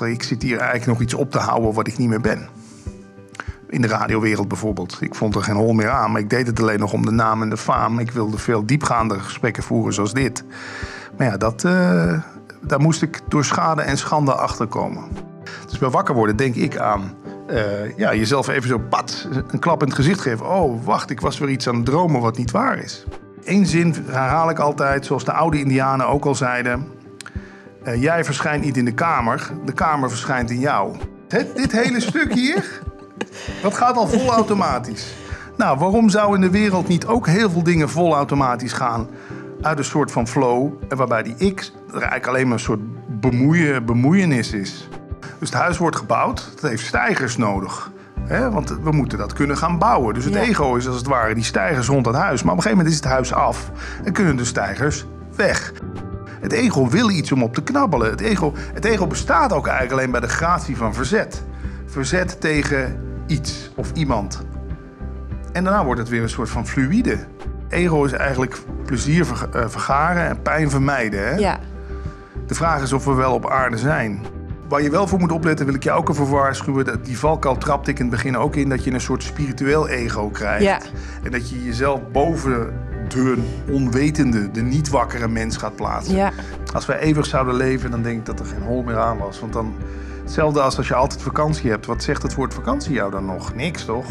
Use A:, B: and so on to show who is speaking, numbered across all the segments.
A: erachter, ik zit hier eigenlijk nog iets op te houden wat ik niet meer ben. In de radiowereld bijvoorbeeld. Ik vond er geen hol meer aan, maar ik deed het alleen nog om de naam en de faam. Ik wilde veel diepgaandere gesprekken voeren zoals dit. Maar ja, daar moest ik door schade en schande achter komen. Dus bij wakker worden denk ik aan jezelf even zo een klap in het gezicht geven. Oh, wacht, ik was weer iets aan het dromen wat niet waar is. Eén zin herhaal ik altijd, zoals de oude Indianen ook al zeiden. Jij verschijnt niet in de kamer verschijnt in jou. Dit hele stuk hier, dat gaat al vol automatisch. Nou, waarom zou in de wereld niet ook heel veel dingen vol automatisch gaan uit een soort van flow, waarbij die ik er eigenlijk alleen maar een soort bemoeienis is. Dus het huis wordt gebouwd, het heeft steigers nodig. Want we moeten dat kunnen gaan bouwen. Dus het ego is als het ware die steigers rond het huis. Maar op een gegeven moment is het huis af en kunnen de steigers weg. Het ego wil iets om op te knabbelen. Het ego bestaat ook eigenlijk alleen bij de gratie van verzet. Verzet tegen iets of iemand. En daarna wordt het weer een soort van fluïde. Ego is eigenlijk plezier vergaren en pijn vermijden. Hè?
B: Ja.
A: De vraag is of we wel op aarde zijn. Waar je wel voor moet opletten, wil ik je ook even waarschuwen. Die valkuil trapte ik in het begin ook in, dat je een soort spiritueel ego krijgt.
B: Ja.
A: En dat je jezelf boven de onwetende, de niet wakkere mens gaat plaatsen.
B: Ja.
A: Als wij eeuwig zouden leven, dan denk ik dat er geen hol meer aan was. Want dan, hetzelfde als je altijd vakantie hebt. Wat zegt het woord vakantie jou dan nog? Niks, toch?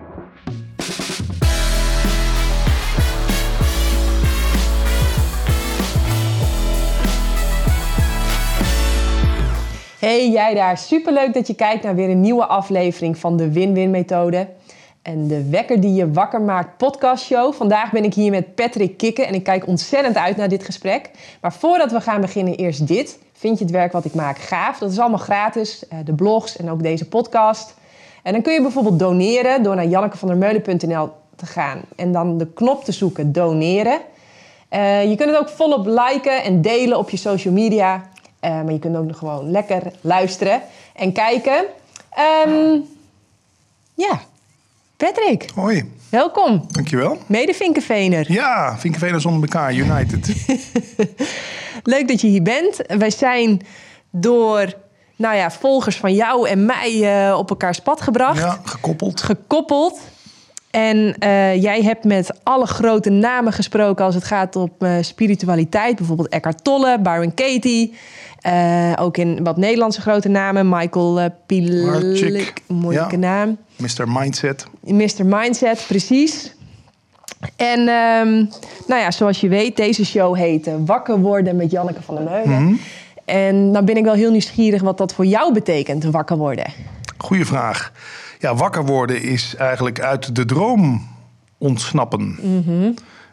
B: Hey jij daar, superleuk dat je kijkt naar weer een nieuwe aflevering van de Win-Win Methode. En de Wekker die je wakker maakt podcastshow. Vandaag ben ik hier met Patrick Kikke en ik kijk ontzettend uit naar dit gesprek. Maar voordat we gaan beginnen, eerst dit. Vind je het werk wat ik maak gaaf? Dat is allemaal gratis, de blogs en ook deze podcast. En dan kun je bijvoorbeeld doneren door naar jannekevandermeulen.nl te gaan. En dan de knop te zoeken, doneren. Je kunt het ook volop liken en delen op je social media. Maar je kunt ook nog gewoon lekker luisteren en kijken. Patrick.
A: Hoi.
B: Welkom.
A: Dankjewel.
B: Mede Vinkenveener.
A: Ja, Vinkenveeners onder elkaar, united.
B: Leuk dat je hier bent. Wij zijn door volgers van jou en mij op elkaars pad gebracht.
A: Ja, gekoppeld.
B: En jij hebt met alle grote namen gesproken als het gaat om spiritualiteit. Bijvoorbeeld Eckhart Tolle, Byron Katie. Ook in wat Nederlandse grote namen. Michael Pilik, moeilijke naam.
A: Mr.
B: Mindset, precies. En zoals je weet, deze show heet Wakker worden met Janneke van der Meulen. Mm-hmm. En dan ben ik wel heel nieuwsgierig wat dat voor jou betekent, wakker worden.
A: Goeie vraag. Ja, wakker worden is eigenlijk uit de droom ontsnappen. Mm-hmm.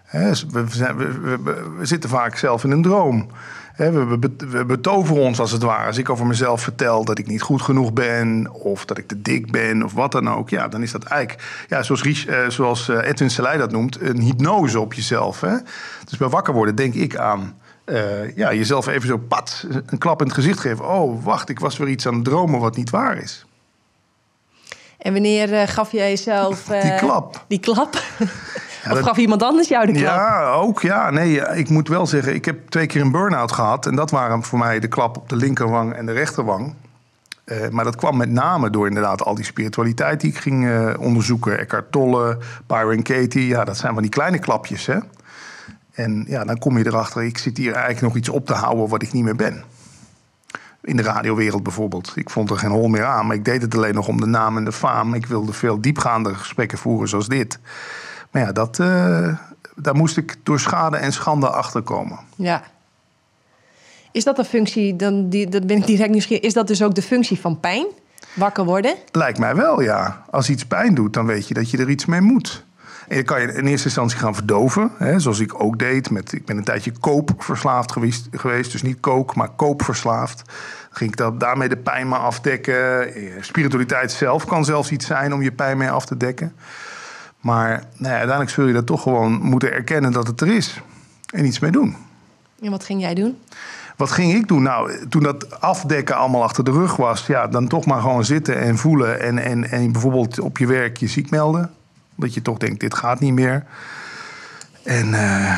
A: We zitten vaak zelf in een droom. We betoveren ons als het ware. Als ik over mezelf vertel dat ik niet goed genoeg ben, of dat ik te dik ben, of wat dan ook, ja, dan is dat eigenlijk, zoals Edwin Selei dat noemt, een hypnose op jezelf. Hè? Dus bij wakker worden denk ik aan jezelf even zo een klap in het gezicht geven. Oh, wacht, ik was weer iets aan het dromen wat niet waar is.
B: En wanneer gaf jij jezelf
A: die klap?
B: Of gaf iemand anders jou de klap?
A: Ja, ook. Ja, nee, ik moet wel zeggen, ik heb 2 keer een burn-out gehad. En dat waren voor mij de klap op de linkerwang en de rechterwang. Maar dat kwam met name door inderdaad al die spiritualiteit die ik ging onderzoeken. Eckhart Tolle, Byron Katie. Ja, dat zijn van die kleine klapjes, hè. En ja, dan kom je erachter, ik zit hier eigenlijk nog iets op te houden wat ik niet meer ben. In de radiowereld bijvoorbeeld. Ik vond er geen hol meer aan, maar ik deed het alleen nog om de naam en de faam. Ik wilde veel diepgaandere gesprekken voeren zoals dit. Maar ja, daar moest ik door schade en schande achter komen.
B: Ja. Is dat een functie, dat ben ik direct nieuwsgierig, is dat dus ook de functie van pijn? Wakker worden?
A: Lijkt mij wel, ja. Als iets pijn doet, dan weet je dat je er iets mee moet. En dan kan je in eerste instantie gaan verdoven, hè, zoals ik ook deed. Ik ben een tijdje koopverslaafd geweest, dus niet kook, maar koopverslaafd. Dan ging ik daarmee de pijn maar afdekken. Spiritualiteit zelf kan zelfs iets zijn om je pijn mee af te dekken. Maar uiteindelijk zul je dat toch gewoon moeten erkennen dat het er is. En iets mee doen.
B: En wat ging jij doen?
A: Wat ging ik doen? Nou, toen dat afdekken allemaal achter de rug was, ja, dan toch maar gewoon zitten en voelen. En bijvoorbeeld op je werk je ziek melden. Dat je toch denkt, dit gaat niet meer. En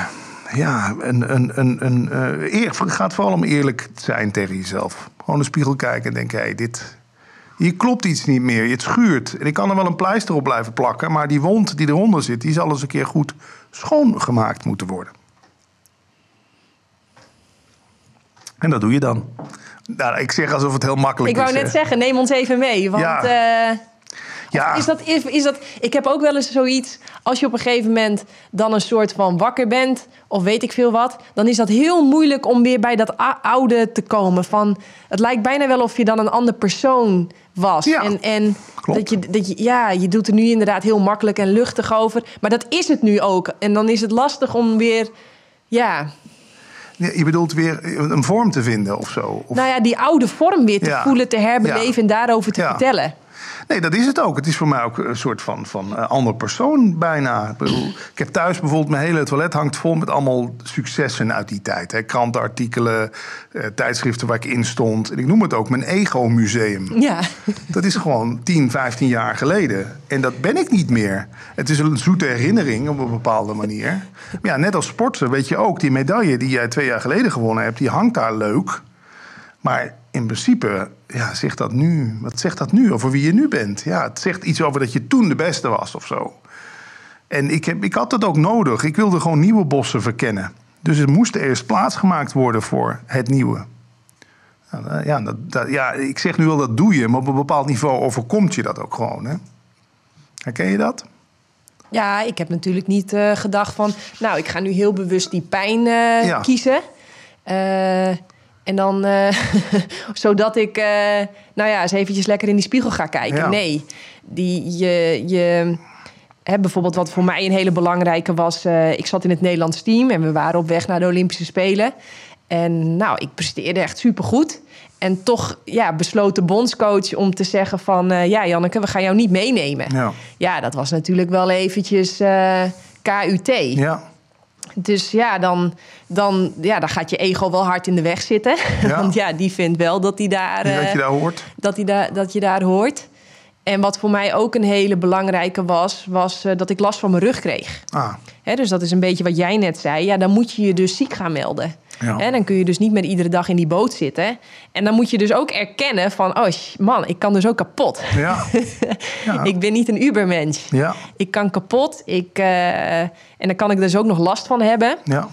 A: Het gaat vooral om eerlijk zijn tegen jezelf. Gewoon in de spiegel kijken en denken, hier klopt iets niet meer. Het schuurt. En ik kan er wel een pleister op blijven plakken, maar die wond die eronder zit, die zal eens een keer goed schoongemaakt moeten worden. En dat doe je dan. Nou, ik zeg alsof het heel makkelijk is.
B: Ik wou net zeggen, neem ons even mee. Want is dat... Ik heb ook wel eens zoiets... Als je op een gegeven moment dan een soort van wakker bent... of weet ik veel wat... dan is dat heel moeilijk om weer bij dat oude te komen. Het lijkt bijna wel of je dan een ander persoon was.
A: Ja,
B: en
A: klopt.
B: je doet er nu inderdaad heel makkelijk en luchtig over. Maar dat is het nu ook. En dan is het lastig om weer... Ja,
A: je bedoelt weer een vorm te vinden of zo? Of...
B: Nou ja, die oude vorm weer te voelen, te herbeleven en daarover te vertellen.
A: Nee, dat is het ook. Het is voor mij ook een soort van ander persoon bijna. Ik heb thuis bijvoorbeeld... mijn hele toilet hangt vol met allemaal successen uit die tijd. Hè. Krantenartikelen, tijdschriften waar ik in stond. En ik noem het ook mijn ego-museum.
B: Ja.
A: Dat is gewoon 10, 15 jaar geleden. En dat ben ik niet meer. Het is een zoete herinnering op een bepaalde manier. Maar ja, net als sporten weet je ook... die medaille die jij 2 jaar geleden gewonnen hebt... die hangt daar leuk. Maar in principe, zegt dat nu, wat zegt dat nu over wie je nu bent? Ja, het zegt iets over dat je toen de beste was of zo. En ik had dat ook nodig. Ik wilde gewoon nieuwe bossen verkennen. Dus er moest eerst plaats gemaakt worden voor het nieuwe. Ik zeg nu wel dat doe je, maar op een bepaald niveau overkomt je dat ook gewoon. Hè? Herken je dat?
B: Ja, ik heb natuurlijk niet gedacht van... nou, ik ga nu heel bewust die pijn kiezen. En dan, zodat ik, eens eventjes lekker in die spiegel ga kijken. Ja. Nee, bijvoorbeeld wat voor mij een hele belangrijke was... ik zat in het Nederlands team en we waren op weg naar de Olympische Spelen. En ik presteerde echt supergoed. En toch besloot de bondscoach om te zeggen van... Janneke, we gaan jou niet meenemen. Ja, dat was natuurlijk wel eventjes KUT. Ja. Dus dan gaat je ego wel hard in de weg zitten. Ja. Want die vindt wel dat hij daar...
A: dat je daar hoort.
B: Dat je daar hoort. En wat voor mij ook een hele belangrijke was dat ik last van mijn rug kreeg. Dus dat is een beetje wat jij net zei. Ja, dan moet je je dus ziek gaan melden. Ja. Dan kun je dus niet meer iedere dag in die boot zitten. En dan moet je dus ook erkennen van... oh man, ik kan dus ook kapot. Ja. Ja. Ik ben niet een ubermensch. Ja. Ik kan kapot. En dan kan ik dus ook nog last van hebben. Ja.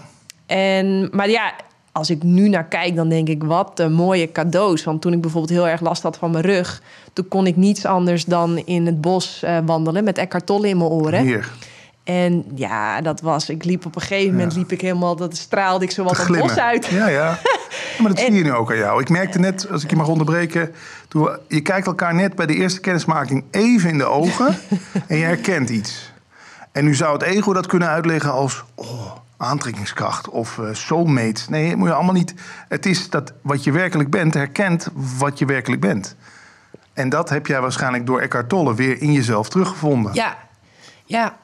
B: Maar als ik nu naar kijk, dan denk ik... wat een mooie cadeaus. Want toen ik bijvoorbeeld heel erg last had van mijn rug... toen kon ik niets anders dan in het bos wandelen... met Eckhart Tolle in mijn oren.
A: Hier.
B: En dat was... Ik liep op een gegeven moment helemaal... dat straalde ik zo wat het bos uit.
A: Ja. Maar dat zie je nu ook aan jou. Ik merkte net, als ik je mag onderbreken... je kijkt elkaar net bij de eerste kennismaking even in de ogen... en je herkent iets. En nu zou het ego dat kunnen uitleggen als... aantrekkingskracht of soulmates. Nee, dat moet je allemaal niet. Het is dat wat je werkelijk bent, herkent wat je werkelijk bent. En dat heb jij waarschijnlijk door Eckhart Tolle weer in jezelf teruggevonden.
B: Ja.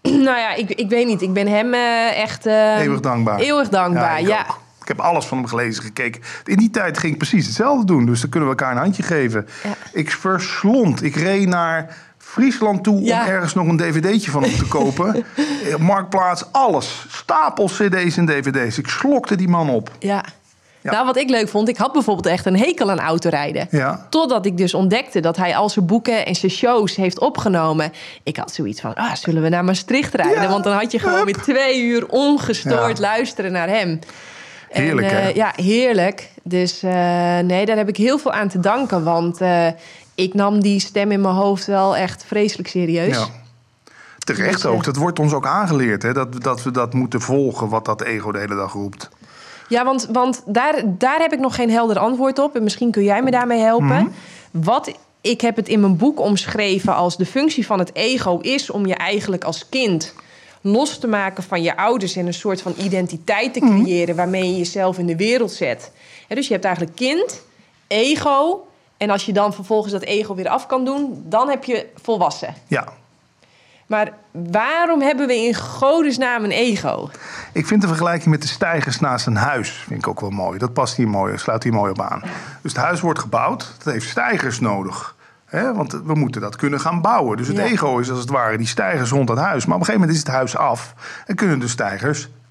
B: Ik weet niet. Ik ben hem echt...
A: eeuwig dankbaar.
B: Eeuwig dankbaar, ja.
A: Ik heb alles van hem gelezen, gekeken. In die tijd ging ik precies hetzelfde doen. Dus dan kunnen we elkaar een handje geven. Ja. Ik verslond. Ik reed naar Friesland toe om ergens nog een dvd'tje van hem te kopen. Marktplaats, alles. Stapels cd's en dvd's. Ik slokte die man op.
B: Ja. Nou, wat ik leuk vond, ik had bijvoorbeeld echt een hekel aan autorijden. Ja. Totdat ik dus ontdekte dat hij al zijn boeken en zijn shows heeft opgenomen. Ik had zoiets van, zullen we naar Maastricht rijden? Ja. Want dan had je gewoon weer 2 uur ongestoord luisteren naar hem.
A: Heerlijk, hè?
B: Ja, heerlijk. Dus daar heb ik heel veel aan te danken. Want ik nam die stem in mijn hoofd wel echt vreselijk serieus. Ja.
A: Terecht ook. Dat wordt ons ook aangeleerd, hè? Dat we dat moeten volgen, wat dat ego de hele dag roept.
B: Ja, want daar heb ik nog geen helder antwoord op. En misschien kun jij me daarmee helpen. Mm-hmm. Ik heb het in mijn boek omschreven als de functie van het ego is om je eigenlijk als kind los te maken van je ouders en een soort van identiteit te creëren waarmee je jezelf in de wereld zet. Dus je hebt eigenlijk kind, ego, en als je dan vervolgens dat ego weer af kan doen, dan heb je volwassen.
A: Ja.
B: Maar waarom hebben we in godesnaam een ego?
A: Ik vind de vergelijking met de steigers naast een huis vind ik ook wel mooi. Dat past hier mooi, sluit hier mooi op aan. Dus het huis wordt gebouwd, dat heeft steigers nodig. Want we moeten dat kunnen gaan bouwen. Dus het ego is als het ware die steigers rond dat huis. Maar op een gegeven moment is het huis af en kunnen de steigers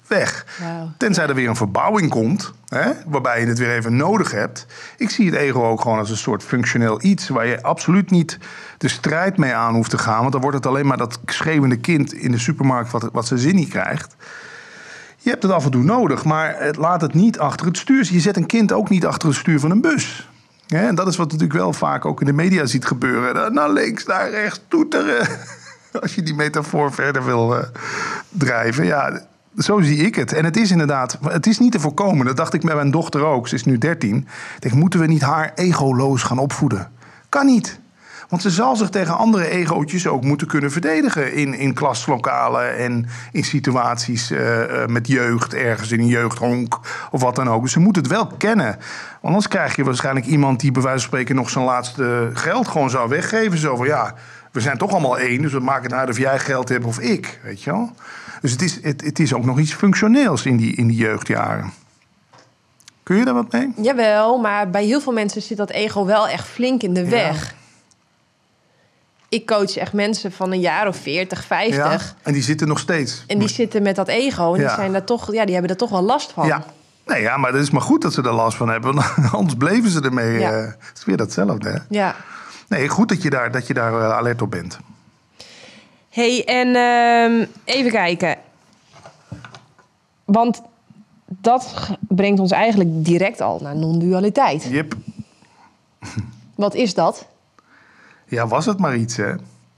A: weg.
B: Wauw.
A: Tenzij er weer een verbouwing komt, hè, waarbij je het weer even nodig hebt. Ik zie het ego ook gewoon als een soort functioneel iets waar je absoluut niet de strijd mee aan hoeft te gaan. Want dan wordt het alleen maar dat schreeuwende kind in de supermarkt wat zijn zin niet krijgt. Je hebt het af en toe nodig, maar laat het niet achter het stuur. Je zet een kind ook niet achter het stuur van een bus. Ja, en dat is wat natuurlijk wel vaak ook in de media ziet gebeuren. Naar links, naar rechts, toeteren. Als je die metafoor verder wil drijven. Ja, zo zie ik het. En het is inderdaad, het is niet te voorkomen. Dat dacht ik met mijn dochter ook. Ze is nu 13. Ik denk, moeten we niet haar egoloos gaan opvoeden? Kan niet. Want ze zal zich tegen andere egootjes ook moeten kunnen verdedigen. In klaslokalen en in situaties met jeugd. Ergens in een jeugdhonk of wat dan ook. Dus ze moet het wel kennen. Want anders krijg je waarschijnlijk iemand die bij wijze van spreken nog zijn laatste geld gewoon zou weggeven. Zo van ja, we zijn toch allemaal één. Dus we maken het uit of jij geld hebt of ik. Weet je wel? Dus het is ook nog iets functioneels in die jeugdjaren. Kun je daar wat mee?
B: Jawel, maar bij heel veel mensen zit dat ego wel echt flink in de weg. Ik coach echt mensen van een jaar of 40, 50.
A: Ja, en die zitten nog steeds.
B: En die zitten met dat ego. En die zijn daar toch, die hebben er toch wel last van.
A: Ja. Nee, ja, maar het is maar goed dat ze er last van hebben. Want anders bleven ze ermee.
B: Ja.
A: Het is weer datzelfde, hè?
B: Ja.
A: Nee, goed dat je daar alert op bent.
B: Hey, en even kijken. Want dat brengt ons eigenlijk direct al naar non-dualiteit.
A: Jep.
B: Wat is dat?
A: Ja, was het maar iets, hè?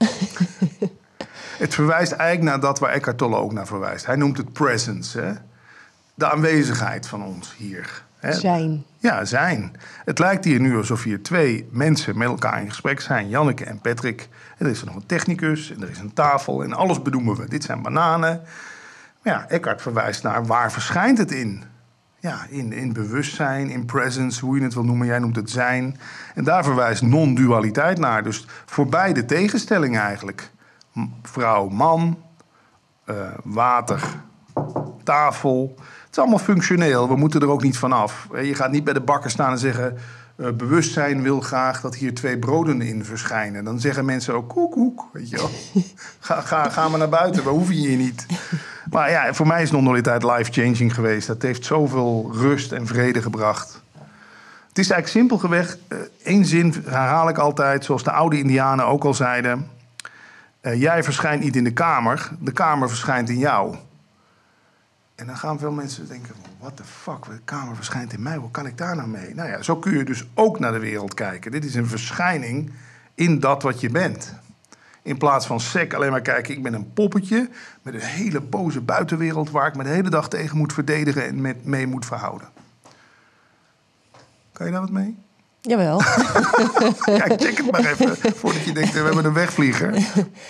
A: Het verwijst eigenlijk naar dat waar Eckhart Tolle ook naar verwijst. Hij noemt het presence, hè? De aanwezigheid van ons hier. Hè?
B: Zijn.
A: Ja, zijn. Het lijkt hier nu alsof hier twee mensen met elkaar in gesprek zijn. Janneke en Patrick. En er is er nog een technicus en er is een tafel en alles benoemen we. Dit zijn bananen. Maar ja, Eckhart verwijst naar waar verschijnt het in? Ja, in bewustzijn, in presence, hoe je het wil noemen. Jij noemt het zijn. En daar verwijst non-dualiteit naar. Dus voorbij de tegenstelling eigenlijk. Vrouw, man, water, tafel. Het is allemaal functioneel. We moeten er ook niet van af. Je gaat niet bij de bakker staan en zeggen... bewustzijn wil graag dat hier 2 broden in verschijnen. Dan zeggen mensen ook koek, koek. Weet je wel. Ga maar naar buiten, we hoeven je hier niet. Maar ja, voor mij is non-dualiteit life-changing geweest. Dat heeft zoveel rust en vrede gebracht. Het is eigenlijk simpelweg, 1 zin herhaal ik altijd... zoals de oude Indianen ook al zeiden... jij verschijnt niet in de kamer verschijnt in jou. En dan gaan veel mensen denken... what the fuck, de kamer verschijnt in mij, hoe kan ik daar nou mee? Nou ja, zo kun je dus ook naar de wereld kijken. Dit is een verschijning in dat wat je bent. In plaats van sec alleen maar kijken, ik ben een poppetje... met een hele boze buitenwereld... waar ik me de hele dag tegen moet verdedigen en mee moet verhouden. Kan je daar wat mee?
B: Jawel.
A: Ja, check het maar even, voordat je denkt, we hebben een wegvlieger.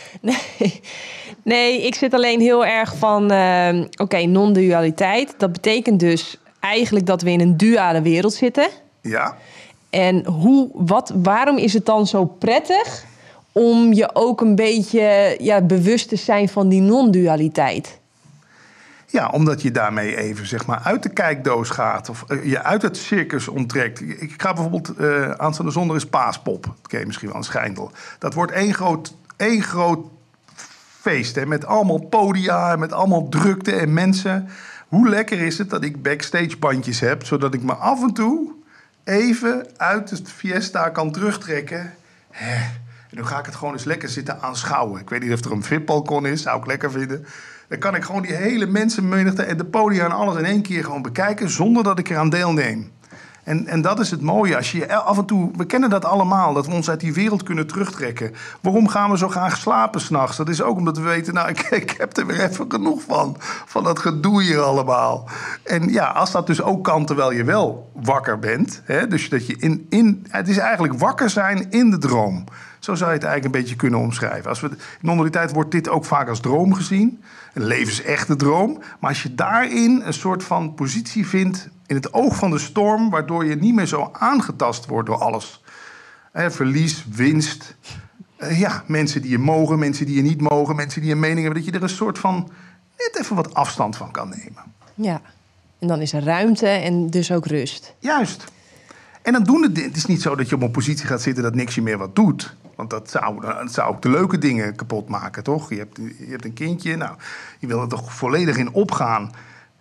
B: Nee, ik zit alleen heel erg van... non-dualiteit. Dat betekent dus eigenlijk dat we in een duale wereld zitten.
A: Ja.
B: En waarom is het dan zo prettig... om je ook een beetje bewust te zijn van die non-dualiteit?
A: Ja, omdat je daarmee even zeg maar uit de kijkdoos gaat. Of je uit het circus onttrekt. Ik ga bijvoorbeeld aanstaande zondag is Paaspop. Dat ken je misschien wel, een Schijndel. Dat wordt één groot feest. Hè, met allemaal podia, met allemaal drukte en mensen. Hoe lekker is het dat ik backstage bandjes heb. Zodat ik me af en toe even uit het fiesta kan terugtrekken. En nu ga ik het gewoon eens lekker zitten aanschouwen. Ik weet niet of er een VIP-balkon is, zou ik lekker vinden. Dan kan ik gewoon die hele mensenmenigte en de podia en alles in één keer gewoon bekijken... zonder dat ik eraan deelneem. En dat is het mooie. Als je af en toe, we kennen dat allemaal, dat we ons uit die wereld kunnen terugtrekken. Waarom gaan we zo graag slapen 's nachts? Dat is ook omdat we weten, nou, ik heb er weer even genoeg van dat gedoe hier allemaal. En ja, als dat dus ook kan terwijl je wel wakker bent. Hè, dus dat je het is eigenlijk wakker zijn in de droom. Zo zou je het eigenlijk een beetje kunnen omschrijven. In non-dualiteit wordt dit ook vaak als droom gezien. Een levensechte droom. Maar als je daarin een soort van positie vindt in het oog van de storm... waardoor je niet meer zo aangetast wordt door alles. Verlies, winst. Mensen die je mogen, mensen die je niet mogen... mensen die een mening hebben. Dat je er een soort van net even wat afstand van kan nemen. Ja,
B: en dan is er ruimte en dus ook rust.
A: Juist. En dan het is niet zo dat je op een positie gaat zitten dat niks je meer wat doet. Want dat zou ook de leuke dingen kapot maken, toch? Je hebt een kindje, nou, je wil er toch volledig in opgaan.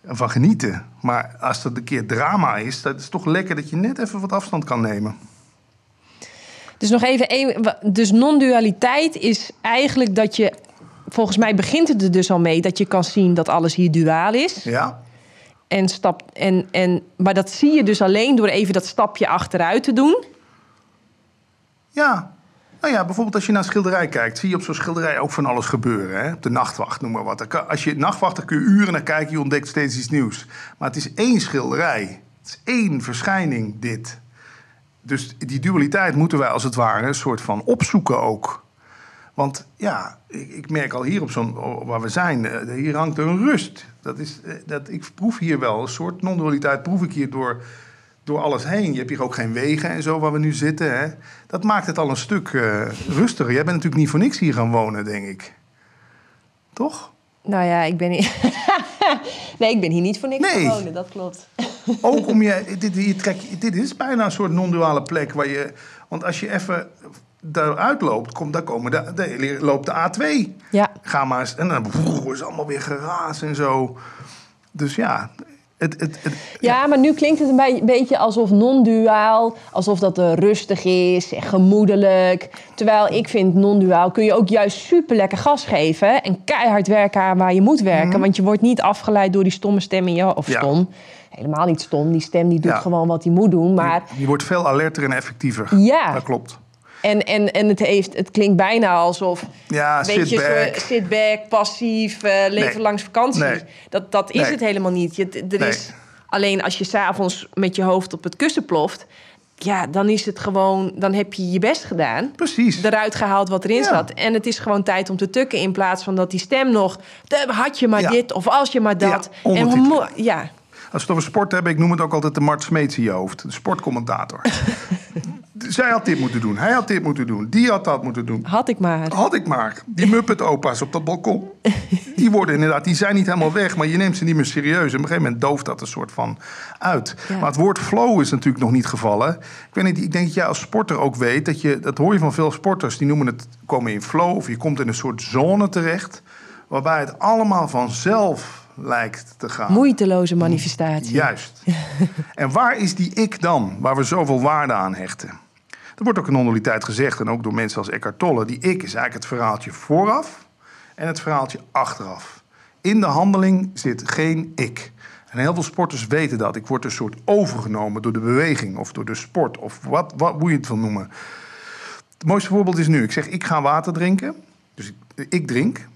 A: van genieten. Maar als dat een keer drama is, dat is toch lekker dat je net even wat afstand kan nemen.
B: Dus nog even, dus non-dualiteit is eigenlijk dat je, volgens mij begint het er dus al mee, dat je kan zien dat alles hier duaal is.
A: Ja.
B: Maar dat zie je dus alleen door even dat stapje achteruit te doen.
A: Ja. Nou ja, bijvoorbeeld als je naar een schilderij kijkt, zie je op zo'n schilderij ook van alles gebeuren. Hè? De nachtwacht, noem maar wat. Als je nachtwacht, dan kun je uren naar kijken, je ontdekt steeds iets nieuws. Maar het is één schilderij. Het is één verschijning, dit. Dus die dualiteit moeten wij als het ware een soort van opzoeken ook. Want ja, ik merk al hier op waar we zijn, hier hangt een rust. Ik proef hier wel een soort non-dualiteit, proef ik hier door alles heen. Je hebt hier ook geen wegen en zo waar we nu zitten. Hè? Dat maakt het al een stuk rustiger. Jij bent natuurlijk niet voor niks hier gaan wonen, denk ik. Toch?
B: Nou ja, ik ben hier... Nee, ik ben hier niet voor niks gaan wonen, dat klopt.
A: Ook dit is bijna een soort non-duale plek waar je... Want als je even daaruit loopt, loopt de A2.
B: Ja.
A: Ga maar eens... En dan is het allemaal weer geraas en zo. Dus ja...
B: Ja, maar nu klinkt het een beetje alsof non-duaal, alsof dat rustig is en gemoedelijk. Terwijl ik vind non-duaal kun je ook juist super lekker gas geven en keihard werken aan waar je moet werken. Want je wordt niet afgeleid door die stomme stem in je hoofd. Of stom. Helemaal niet stom. Die stem die doet gewoon wat hij moet doen. Maar
A: je wordt veel alerter en effectiever.
B: Ja.
A: Dat klopt.
B: En het klinkt bijna alsof...
A: Ja,
B: sit back, passief, leven langs vakantie.
A: Nee.
B: Dat is het helemaal niet. Is alleen als je 's avonds met je hoofd op het kussen ploft... Ja, dan is het gewoon... Dan heb je je best gedaan.
A: Precies.
B: Eruit gehaald wat erin zat. En het is gewoon tijd om te tukken... in plaats van dat die stem nog... Had je maar dit of als je maar dat.
A: Ja, als we het over sport hebben, ik noem het ook altijd de Mart Smeets in je hoofd. De sportcommentator. Zij had dit moeten doen, hij had dit moeten doen, die had dat moeten doen.
B: Had ik maar.
A: Die Muppet-opa's op dat balkon. Die zijn niet helemaal weg, maar je neemt ze niet meer serieus. En op een gegeven moment dooft dat een soort van uit. Ja. Maar het woord flow is natuurlijk nog niet gevallen. Ik denk dat jij als sporter ook weet, dat hoor je van veel sporters, die noemen het komen in flow, of je komt in een soort zone terecht, waarbij het allemaal vanzelf lijkt te gaan.
B: Moeiteloze manifestatie.
A: Juist. En waar is die ik dan, waar we zoveel waarde aan hechten? Er wordt ook in non-dualiteit gezegd, en ook door mensen als Eckhart Tolle, die ik is eigenlijk het verhaaltje vooraf en het verhaaltje achteraf. In de handeling zit geen ik. En heel veel sporters weten dat. Ik word een soort overgenomen door de beweging of door de sport of hoe je het wil noemen. Het mooiste voorbeeld is nu. Ik zeg, ik ga water drinken. Dus ik drink.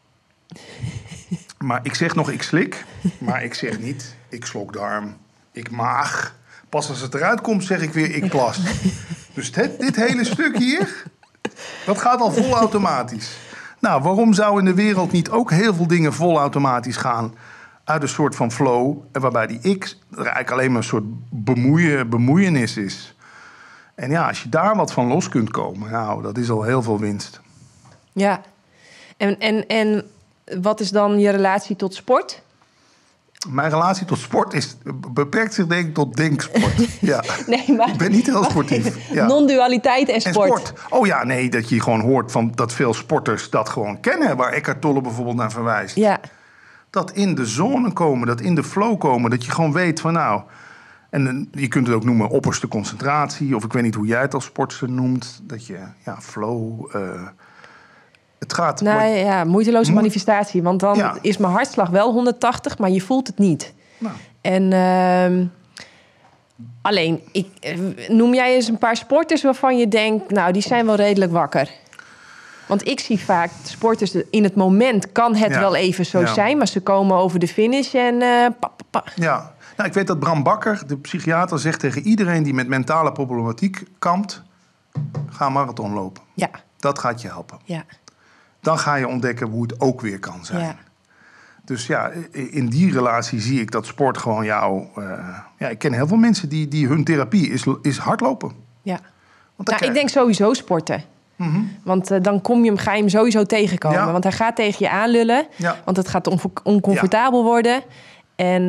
A: Maar ik zeg nog, ik slik. Maar ik zeg niet, ik slokdarm, ik maag. Pas als het eruit komt, zeg ik weer, ik plas. Dus dit hele stuk hier, dat gaat al vol automatisch. Nou, waarom zou in de wereld niet ook heel veel dingen vol automatisch gaan uit een soort van flow, waarbij die ik er eigenlijk alleen maar een soort bemoeienis is. En ja, als je daar wat van los kunt komen, nou, dat is al heel veel winst.
B: Ja, en wat is dan je relatie tot sport?
A: Mijn relatie tot sport beperkt zich denk ik tot denksport. Ja.
B: Nee, maar,
A: ik ben niet heel sportief. Ja.
B: Non-dualiteit en sport.
A: Oh ja, nee, dat je gewoon hoort van dat veel sporters dat gewoon kennen. Waar Eckhart Tolle bijvoorbeeld naar verwijst.
B: Ja.
A: Dat in de zone komen, dat in de flow komen. Dat je gewoon weet van nou... En je kunt het ook noemen opperste concentratie. Of ik weet niet hoe jij het als sportster noemt. Dat je, flow... Het gaat...
B: moeiteloze manifestatie. Want dan is mijn hartslag wel 180, maar je voelt het niet. Nou. En alleen, noem jij eens een paar sporters waarvan je denkt, nou, die zijn wel redelijk wakker. Want ik zie vaak sporters, in het moment kan het wel even zo zijn, maar ze komen over de finish en
A: Ja, nou, ik weet dat Bram Bakker, de psychiater, zegt tegen iedereen die met mentale problematiek kampt, ga een marathon lopen.
B: Ja. Dat
A: gaat je helpen.
B: Ja.
A: Dan ga je ontdekken hoe het ook weer kan zijn.
B: Ja.
A: Dus ja, in die relatie zie ik dat sport gewoon ik ken heel veel mensen die hun therapie is hardlopen.
B: Ja. Ik denk sowieso sporten. Mm-hmm. Want dan ga je hem sowieso tegenkomen. Ja. Want hij gaat tegen je aanlullen. Ja. Want het gaat oncomfortabel worden. En,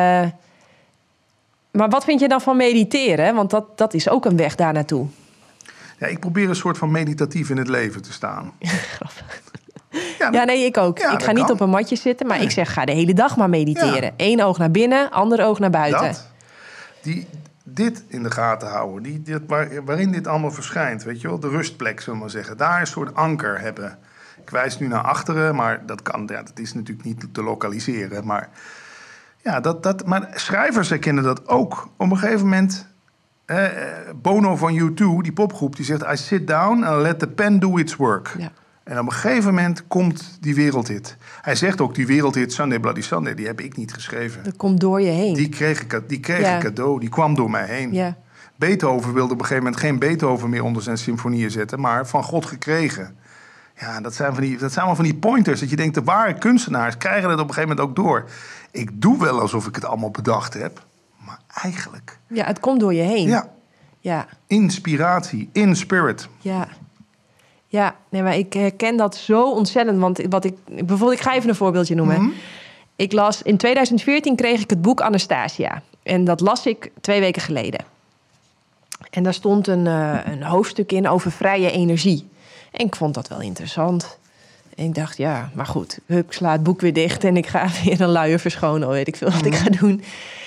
B: maar wat vind je dan van mediteren? Want dat is ook een weg daar naartoe.
A: Ja, ik probeer een soort van meditatief in het leven te staan.
B: Grappig. Ja, nee, ik ook.
A: Ja,
B: ik ga
A: dat
B: niet
A: kan.
B: op een matje zitten, maar ik zeg, ga de hele dag maar mediteren.
A: Ja.
B: 1 oog naar binnen, ander oog naar buiten.
A: Dit in de gaten houden, waarin dit allemaal verschijnt, weet je wel, de rustplek, zullen we maar zeggen. Daar een soort anker hebben. Ik wijs nu naar achteren, maar dat is natuurlijk niet te lokaliseren. Maar, maar schrijvers herkennen dat ook. Op een gegeven moment, Bono van U2, die popgroep, die zegt, I sit down and let the pen do its work.
B: Ja.
A: En op een gegeven moment komt die wereldhit. Hij zegt ook, die wereldhit Sunday Bloody Sunday, die heb ik niet geschreven.
B: Dat komt door je heen.
A: Die kreeg ik cadeau, die kwam door mij heen.
B: Ja.
A: Beethoven wilde op een gegeven moment geen Beethoven meer onder zijn symfonieën zetten, maar van God gekregen. Ja, dat zijn allemaal van die pointers. Dat je denkt, de ware kunstenaars krijgen het op een gegeven moment ook door. Ik doe wel alsof ik het allemaal bedacht heb, maar eigenlijk...
B: Ja, het komt door je heen.
A: Ja,
B: Ja.
A: inspiratie, in spirit.
B: Ja. Ja, nee, maar ik herken dat zo ontzettend. Want ik ga even een voorbeeldje noemen.
A: Mm-hmm.
B: Ik las, in 2014 kreeg ik het boek Anastasia. En dat las ik 2 weken geleden. En daar stond een hoofdstuk in over vrije energie. En ik vond dat wel interessant. En ik dacht, ja, maar goed. Hup, ik sla het boek weer dicht en ik ga weer een luier verschonen. Weet ik veel wat ik ga doen.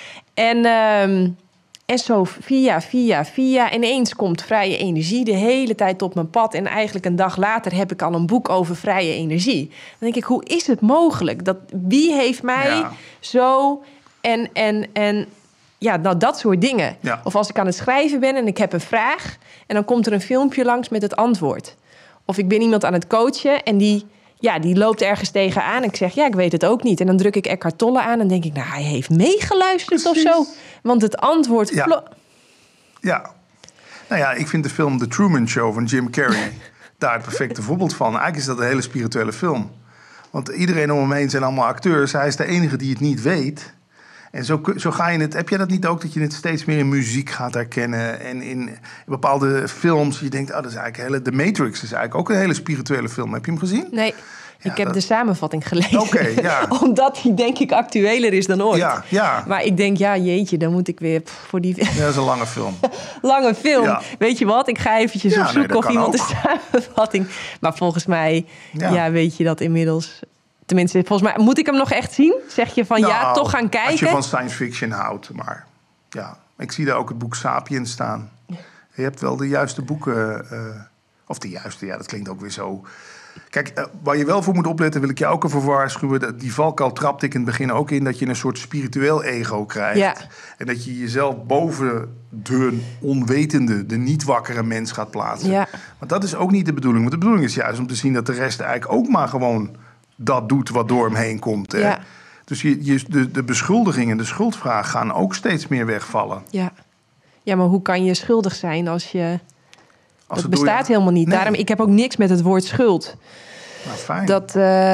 B: En zo via ineens komt vrije energie de hele tijd op mijn pad. En eigenlijk een dag later heb ik al een boek over vrije energie. Dan denk ik, hoe is het mogelijk? Wie heeft mij zo... En dat soort dingen.
A: Ja.
B: Of als ik aan het schrijven ben en ik heb een vraag... en dan komt er een filmpje langs met het antwoord. Of ik ben iemand aan het coachen en die loopt ergens tegenaan. En ik zeg, ik weet het ook niet. En dan druk ik Eckhart Tolle aan en denk ik... hij heeft meegeluisterd of zo. Want het antwoord...
A: Ja. Nou ja, ik vind de film The Truman Show van Jim Carrey... daar het perfecte voorbeeld van. Eigenlijk is dat een hele spirituele film. Want iedereen om hem heen zijn allemaal acteurs. Hij is de enige die het niet weet... En zo ga je het... Heb jij dat niet ook, dat je het steeds meer in muziek gaat herkennen... en in bepaalde films, je denkt... dat is eigenlijk The Matrix is eigenlijk ook een hele spirituele film. Heb je hem gezien?
B: Nee, ik heb de samenvatting gelezen.
A: Oké, ja.
B: Omdat die denk ik actueler is dan ooit.
A: Ja.
B: Maar ik denk, jeetje, dan moet ik weer voor die...
A: Ja, dat is een lange film.
B: Lange film.
A: Ja.
B: Weet je wat? Ik ga eventjes op zoek of iemand de samenvatting... Maar volgens mij, weet je dat inmiddels... Tenminste, volgens mij moet ik hem nog echt zien. Zeg je van toch gaan kijken.
A: Als je van science fiction houdt. Maar ik zie daar ook het boek Sapiens staan. Je hebt wel de juiste boeken. Of de juiste, dat klinkt ook weer zo. Kijk, waar je wel voor moet opletten, wil ik je ook even waarschuwen. Die valkuil trapte ik in het begin ook in. Dat je een soort spiritueel ego krijgt. Ja. En dat je jezelf boven de onwetende, de niet wakkere mens gaat plaatsen. Ja. Maar dat is ook niet de bedoeling. Want de bedoeling is juist om te zien dat de rest eigenlijk ook maar gewoon... dat doet wat door hem heen komt. Hè? Ja. Dus de beschuldiging en de schuldvraag gaan ook steeds meer wegvallen.
B: Ja, maar hoe kan je schuldig zijn als je... dat bestaat helemaal niet. Nee. Daarom, ik heb ook niks met het woord schuld.
A: Nou, fijn.
B: Dat,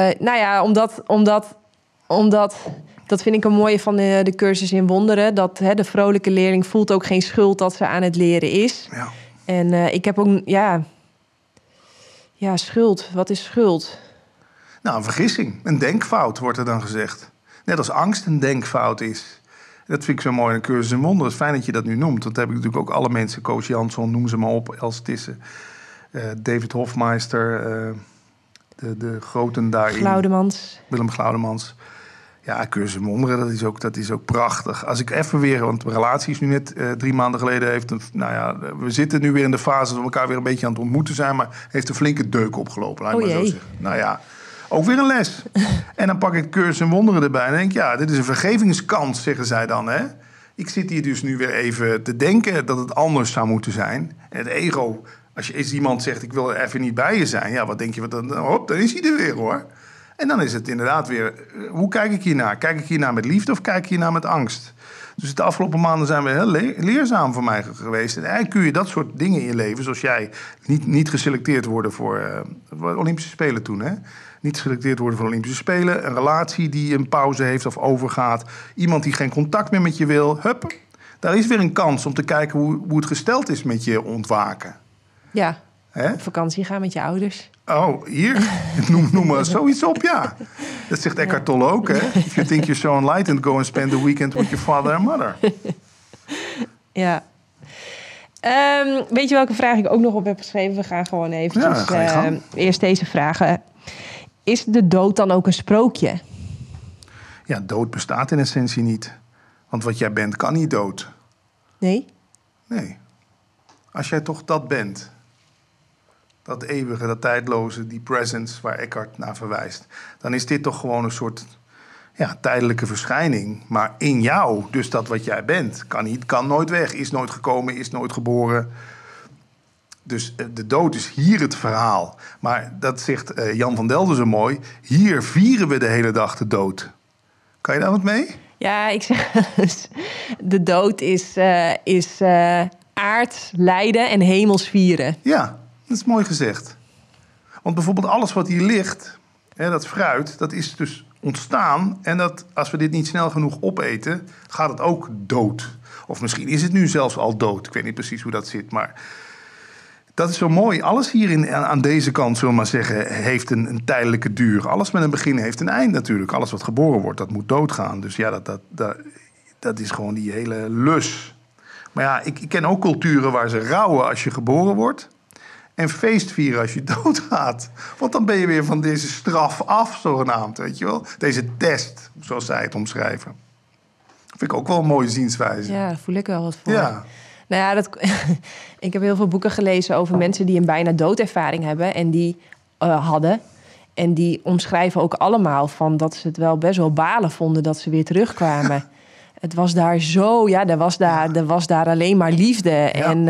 B: omdat... Dat vind ik een mooie van de cursus in wonderen. Dat de vrolijke leerling voelt ook geen schuld dat ze aan het leren is. Ja. En ik heb ook... schuld. Wat is schuld?
A: Nou, een vergissing. Een denkfout wordt er dan gezegd. Net als angst een denkfout is. Dat vind ik zo mooi in een cursus in wonderen. Het is fijn dat je dat nu noemt. Dat heb ik natuurlijk ook alle mensen. Coach Jansson, noem ze maar op. Els Tissen. David Hofmeister. De groten daarin.
B: Glaudemans.
A: Willem Glaudemans. Ja, cursus in wonderen, dat is ook prachtig. Als ik even weer, want de relatie is nu net 3 maanden geleden... we zitten nu weer in de fase dat we elkaar weer een beetje aan het ontmoeten zijn... maar heeft een flinke deuk opgelopen, laat ik maar zo zeggen. Nou ja, ook weer een les. En dan pak ik cursus in wonderen erbij en denk dit is een vergevingskans, zeggen zij dan. Hè? Ik zit hier dus nu weer even te denken dat het anders zou moeten zijn. En het ego, als iemand zegt, ik wil er even niet bij je zijn... wat denk je, dan is hij er weer, hoor. En dan is het inderdaad weer, hoe kijk ik hiernaar? Kijk ik hiernaar met liefde of kijk ik hiernaar met angst? Dus de afgelopen maanden zijn we heel leerzaam voor mij geweest. En eigenlijk kun je dat soort dingen in je leven... zoals jij niet geselecteerd worden voor Olympische Spelen toen. Hè? Niet geselecteerd worden voor Olympische Spelen. Een relatie die een pauze heeft of overgaat. Iemand die geen contact meer met je wil. Hup, daar is weer een kans om te kijken hoe het gesteld is met je ontwaken.
B: Ja, op vakantie gaan met je ouders.
A: Oh, hier? Noem maar zoiets op, ja. Dat zegt Eckhart Tolle ook, hè? If you think you're so enlightened, go and spend the weekend with your father and mother.
B: Ja. Weet je welke vraag ik ook nog op heb geschreven? We gaan gewoon eventjes eerst deze vragen. is de dood dan ook een sprookje?
A: Ja, dood bestaat in essentie niet. Want wat jij bent, kan niet dood.
B: Nee?
A: Nee. Als jij toch dat bent, dat eeuwige, dat tijdloze, die presence waar Eckhart naar verwijst, dan is dit toch gewoon een soort tijdelijke verschijning. Maar in jou, dus dat wat jij bent, kan nooit weg, is nooit gekomen, is nooit geboren. Dus de dood is hier het verhaal. Maar dat zegt Jan van Delden zo mooi, hier vieren we de hele dag de dood. Kan je daar wat mee?
B: Ja, ik zeg de dood is aards lijden en hemels vieren.
A: Ja, dat is mooi gezegd. Want bijvoorbeeld alles wat hier ligt, dat fruit, dat is dus ontstaan. En dat, als we dit niet snel genoeg opeten, gaat het ook dood. Of misschien is het nu zelfs al dood. Ik weet niet precies hoe dat zit, maar dat is zo mooi. Alles hier aan deze kant, zullen we maar zeggen, heeft een tijdelijke duur. Alles met een begin heeft een eind natuurlijk. Alles wat geboren wordt, dat moet doodgaan. Dus ja, dat is gewoon die hele lus. Maar ja, ik ken ook culturen waar ze rouwen als je geboren wordt en feestvieren als je doodgaat. Want dan ben je weer van deze straf af, zogenaamd, weet je wel. Deze test, zoals zij het omschrijven. Dat vind ik ook wel een mooie zienswijze.
B: Ja, daar voel ik wel wat voor.
A: Ja.
B: Nou ja, ik heb heel veel boeken gelezen over mensen die een bijna doodervaring hebben en die hadden. En die omschrijven ook allemaal van dat ze het wel best wel balen vonden dat ze weer terugkwamen. Het was daar zo, er was daar alleen maar liefde. Ja. En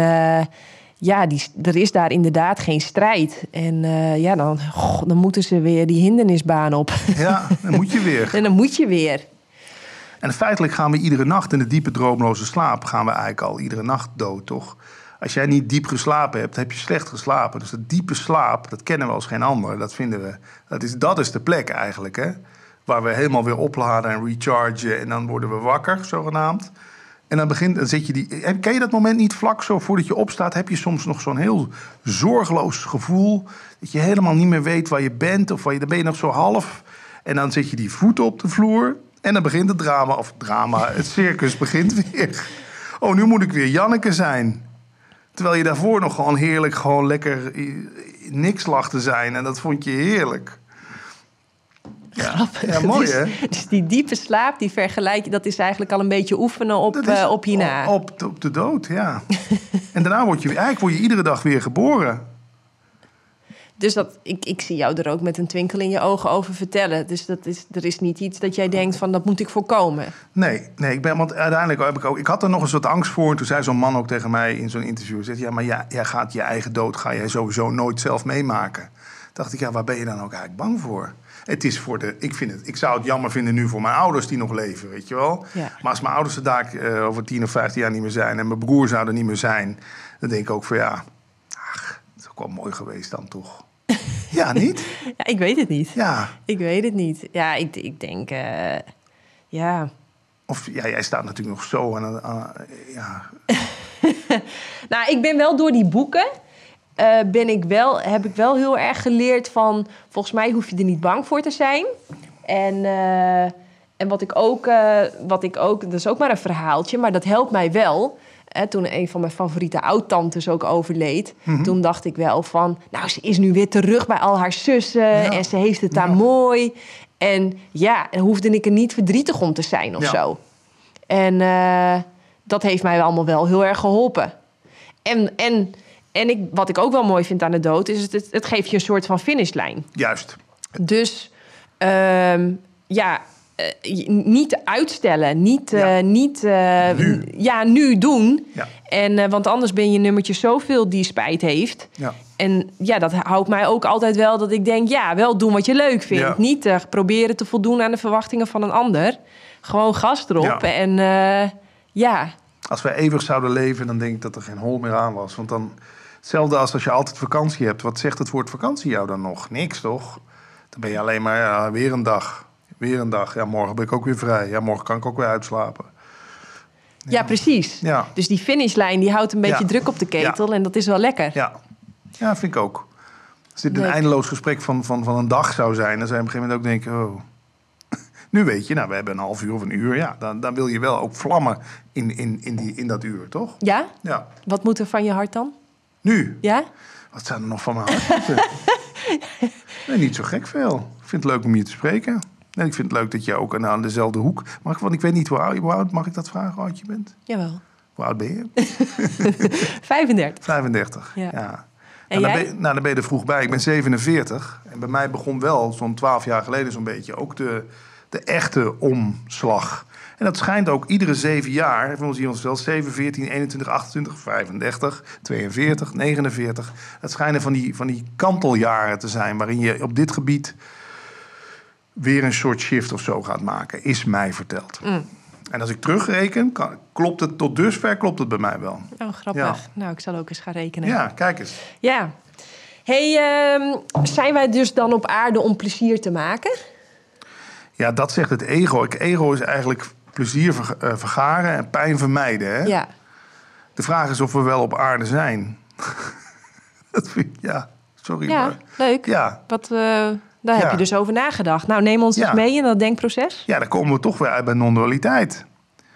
B: er is daar inderdaad geen strijd. En dan moeten ze weer die hindernisbaan op.
A: Ja, dan moet je weer.
B: En dan moet je weer.
A: En feitelijk gaan we iedere nacht in de diepe droomloze slaap, gaan we eigenlijk al iedere nacht dood, toch? Als jij niet diep geslapen hebt, heb je slecht geslapen. Dus dat diepe slaap, dat kennen we als geen ander. Dat vinden we. Dat is de plek eigenlijk, hè? Waar we helemaal weer opladen en rechargen. En dan worden we wakker, zogenaamd. En dan zit je ken je dat moment niet vlak zo voordat je opstaat? Heb je soms nog zo'n heel zorgeloos gevoel. Dat je helemaal niet meer weet waar je bent. Of dan ben je nog zo half. En dan zet je die voeten op de vloer. En dan begint het drama, het circus begint weer. Oh, nu moet ik weer Janneke zijn. Terwijl je daarvoor nog gewoon heerlijk, gewoon lekker niks lag te zijn. En dat vond je heerlijk.
B: Grappig.
A: Ja, mooi hè?
B: Dus die diepe slaap, die vergelijk je, dat is eigenlijk al een beetje oefenen op hierna.
A: Op de dood, ja. En daarna word je iedere dag weer geboren.
B: Dus ik zie jou er ook met een twinkel in je ogen over vertellen. Dus er is niet iets dat jij denkt van dat moet ik voorkomen.
A: Nee, want uiteindelijk ik had er nog eens wat angst voor. En toen zei zo'n man ook tegen mij in zo'n interview, zegt, ja, maar jij gaat je eigen dood, ga jij sowieso nooit zelf meemaken. Dacht ik, ja, waar ben je dan ook eigenlijk bang voor? Het is ik zou het jammer vinden nu voor mijn ouders die nog leven, weet je wel.
B: Ja.
A: Maar als mijn ouders er daar over 10 of 15 jaar niet meer zijn en mijn broer zou er niet meer zijn, dan denk ik ook van het is ook wel mooi geweest dan toch. Ja, niet?
B: Ja, ik weet het niet.
A: Ja.
B: Ik weet het niet. Ja, ik denk, ja.
A: Of jij staat natuurlijk nog zo aan ja.
B: Nou, ik ben wel door die boeken heb ik wel heel erg geleerd van, volgens mij hoef je er niet bang voor te zijn. En wat ik ook, dat is ook maar een verhaaltje, maar dat helpt mij wel. Toen een van mijn favoriete oud-tantes ook overleed, toen dacht ik wel van, nou, ze is nu weer terug bij al haar zussen en ze heeft het daar mooi. En en hoefde ik er niet verdrietig om te zijn of zo. En dat heeft mij allemaal wel heel erg geholpen. En wat ik ook wel mooi vind aan de dood, is het geeft je een soort van finishlijn.
A: Juist.
B: Dus niet uitstellen, nu doen. Ja. En want anders ben je nummertje zoveel die spijt heeft. Ja. En dat houdt mij ook altijd wel dat ik denk, wel doen wat je leuk vindt. Ja. Niet proberen te voldoen aan de verwachtingen van een ander. Gewoon gas erop. Ja.
A: Als wij eeuwig zouden leven, dan denk ik dat er geen hol meer aan was. Want dan, hetzelfde als je altijd vakantie hebt. Wat zegt het woord vakantie jou dan nog? Niks, toch? Dan ben je alleen maar weer een dag. Weer een dag. Ja, morgen ben ik ook weer vrij. Ja, morgen kan ik ook weer uitslapen.
B: Ja, precies. Ja. Dus die finishlijn die houdt een beetje druk op de ketel. En dat is wel lekker.
A: Ja, vind ik ook. Als dit een eindeloos gesprek van een dag zou zijn, dan zou je op een gegeven moment ook denken, oh. Nu weet je, we hebben een half uur of een uur. Ja, dan wil je wel ook vlammen in dat uur, toch?
B: Ja?
A: Ja.
B: Wat moet er van je hart dan?
A: Nu?
B: Ja?
A: Wat zou er nog van mijn hart moeten? Nee, niet zo gek veel. Ik vind het leuk om je te spreken. En ik vind het leuk dat je ook aan dezelfde hoek... Want ik weet niet hoe oud... Mag ik dat vragen, hoe oud je bent?
B: Jawel.
A: Hoe oud ben je?
B: 35.
A: 35,
B: ja.
A: En jij? Dan ben je er vroeg bij. Ik ben 47. En bij mij begon wel, zo'n 12 jaar geleden zo'n beetje... ook de echte omslag. En dat schijnt ook iedere 7 jaar... we zien ons wel 7, 14, 21, 28, 35, 42, 49... Het schijnen van die kanteljaren te zijn... waarin je op dit gebied weer een soort shift of zo gaat maken. Is mij verteld. En als ik terugreken, klopt het tot dusver bij mij wel.
B: Oh, grappig. Ja. Nou, ik zal ook eens gaan rekenen.
A: Ja, kijk eens.
B: Ja. Hey, zijn wij dus dan op aarde om plezier te maken?
A: Ja, dat zegt het ego. Ego is eigenlijk plezier vergaren en pijn vermijden. Hè?
B: Ja.
A: De vraag is of we wel op aarde zijn. Dat vind ik, sorry.
B: Ja,
A: maar,
B: leuk.
A: Ja.
B: Daar heb je dus over nagedacht. Nou, neem ons eens mee in dat denkproces. Ja,
A: dan komen we toch weer uit bij non-dualiteit.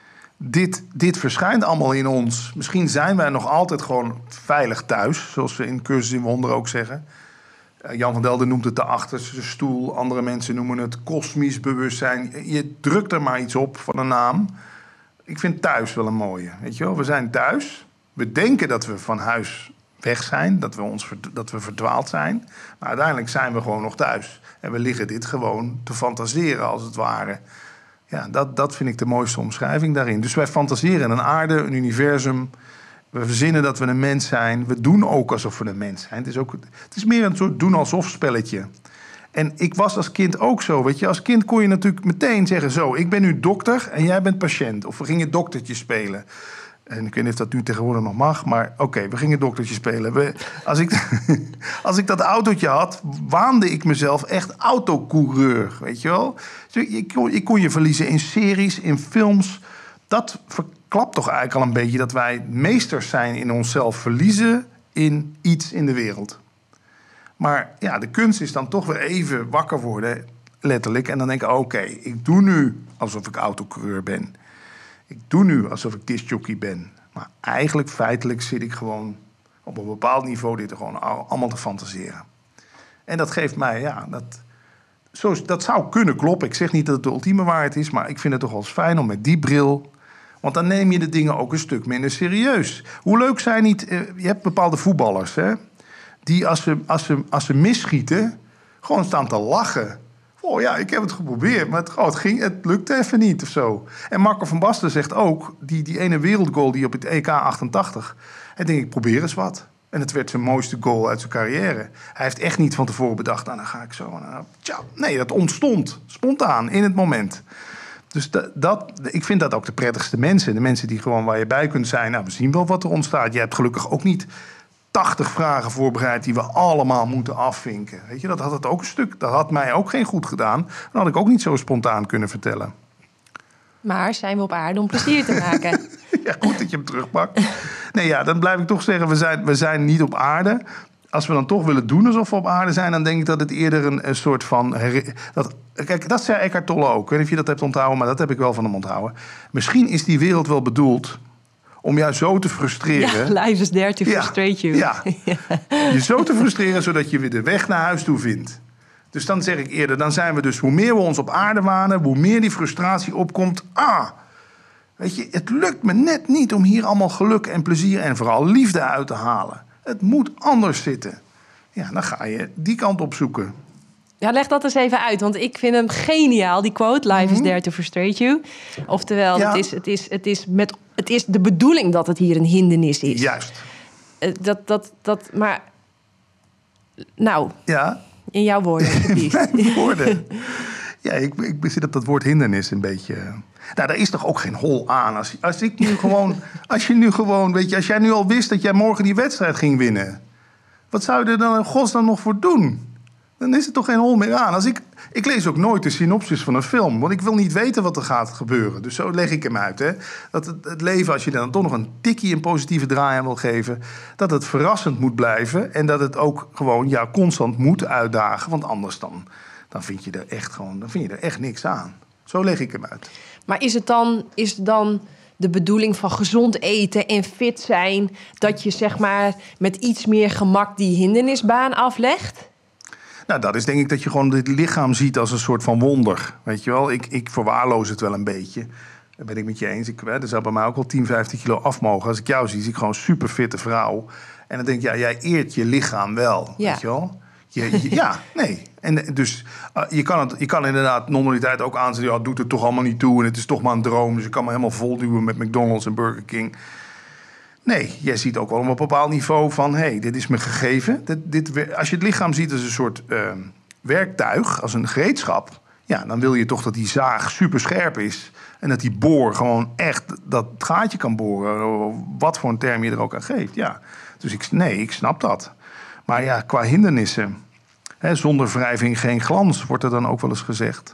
A: Dit verschijnt allemaal in ons. Misschien zijn wij nog altijd gewoon veilig thuis. Zoals we in Cursus in Wonderen ook zeggen. Jan van Delden noemt het de achterste stoel. Andere mensen noemen het kosmisch bewustzijn. Je drukt er maar iets op van een naam. Ik vind thuis wel een mooie. Weet je wel? We zijn thuis. We denken dat we van huis weg zijn. Dat we verdwaald zijn. Maar uiteindelijk zijn we gewoon nog thuis. En we liggen dit gewoon te fantaseren als het ware. Ja, dat vind ik de mooiste omschrijving daarin. Dus wij fantaseren een aarde, een universum. We verzinnen dat we een mens zijn. We doen ook alsof we een mens zijn. Het is meer een soort doen alsof spelletje. En ik was als kind ook zo. Weet je, als kind kon je natuurlijk meteen zeggen zo... ik ben nu dokter en jij bent patiënt. Of we gingen doktertje spelen. En ik weet niet of dat nu tegenwoordig nog mag. Maar oké, we gingen doktertje spelen. Als ik dat autootje had, waande ik mezelf echt autocoureur. Weet je wel? Ik kon je verliezen in series, in films. Dat verklapt toch eigenlijk al een beetje... dat wij meesters zijn in onszelf verliezen in iets in de wereld. Maar ja, de kunst is dan toch weer even wakker worden, letterlijk. En dan denk ik, oké, ik doe nu alsof ik autocoureur ben. Ik doe nu alsof ik discjockey ben. Maar eigenlijk, feitelijk zit ik gewoon op een bepaald niveau... dit er gewoon allemaal te fantaseren. En dat geeft mij, dat zou kunnen kloppen. Ik zeg niet dat het de ultieme waarheid is... maar ik vind het toch wel eens fijn om met die bril... want dan neem je de dingen ook een stuk minder serieus. Hoe leuk zijn niet... je hebt bepaalde voetballers, hè... die als ze misschieten... gewoon staan te lachen... Oh ja, ik heb het geprobeerd, maar het lukte even niet of zo. En Marco van Basten zegt ook, die ene wereldgoal die op het EK 88... hij denkt, ik probeer eens wat. En het werd zijn mooiste goal uit zijn carrière. Hij heeft echt niet van tevoren bedacht, dan ga ik zo... Nee, dat ontstond spontaan in het moment. Dus ik vind dat ook de prettigste mensen. De mensen die gewoon waar je bij kunt zijn. Nou, we zien wel wat er ontstaat. Je hebt gelukkig ook niet 80 vragen voorbereid die we allemaal moeten afvinken. Weet je, dat had het ook een stuk. Dat had mij ook geen goed gedaan. Dan had ik ook niet zo spontaan kunnen vertellen.
B: Maar zijn we op aarde om plezier te maken?
A: Ja, goed dat je hem terugpakt. Nee, ja, dan blijf ik toch zeggen, we zijn niet op aarde. Als we dan toch willen doen alsof we op aarde zijn... dan denk ik dat het eerder een soort van... Kijk, dat zei Eckhart Tolle ook. Ik weet niet of je dat hebt onthouden, maar dat heb ik wel van hem onthouden. Misschien is die wereld wel bedoeld... om jou zo te frustreren.
B: Ja, life is there to frustrate you.
A: Ja, je zo te frustreren zodat je weer de weg naar huis toe vindt. Dus dan zeg ik eerder, dan zijn we dus... hoe meer we ons op aarde wanen, hoe meer die frustratie opkomt. Weet je, het lukt me net niet om hier allemaal geluk en plezier... en vooral liefde uit te halen. Het moet anders zitten. Ja, dan ga je die kant op zoeken.
B: Ja, leg dat eens even uit, want ik vind hem geniaal, die quote. Life is there to frustrate you. Oftewel, het is de bedoeling dat het hier een hindernis is.
A: Juist.
B: Maar... Nou,
A: ja.
B: In jouw woorden, alsjeblieft.
A: Mijn woorden. Ja, ik zit op dat woord hindernis een beetje... Nou, daar is toch ook geen hol aan. Als jij nu al wist dat jij morgen die wedstrijd ging winnen... wat zou je er dan in godsnaam nog voor doen? Dan is er toch geen hol meer aan. Ik lees ook nooit de synopsis van een film. Want ik wil niet weten wat er gaat gebeuren. Dus zo leg ik hem uit. Hè? Dat het leven, als je dan toch nog een tikkie een positieve draai aan wil geven... dat het verrassend moet blijven. En dat het ook gewoon jou constant moet uitdagen. Want anders dan vind je er echt niks aan. Zo leg ik hem uit.
B: Maar is het dan de bedoeling van gezond eten en fit zijn... dat je zeg maar met iets meer gemak die hindernisbaan aflegt?
A: Nou, dat is denk ik dat je gewoon dit lichaam ziet als een soort van wonder. Weet je wel, ik verwaarloos het wel een beetje. Dat ben ik met je eens. Er zou bij mij ook wel 10, 15 kilo af mogen. Als ik jou zie ik gewoon een super fitte vrouw. En dan denk ik, ja, jij eert je lichaam wel.
B: Ja.
A: Weet je wel? Nee. En dus je kan inderdaad non-dualiteit ook aanzetten. Ja, het doet er toch allemaal niet toe en het is toch maar een droom. Dus ik kan me helemaal volduwen met McDonald's en Burger King. Nee, jij ziet ook wel op een bepaald niveau van... dit is me gegeven. Als je het lichaam ziet als een soort werktuig, als een gereedschap... ja, dan wil je toch dat die zaag super scherp is... en dat die boor gewoon echt dat gaatje kan boren. Wat voor een term je er ook aan geeft, ja. Dus ik snap dat. Maar ja, qua hindernissen... zonder wrijving geen glans, wordt er dan ook wel eens gezegd.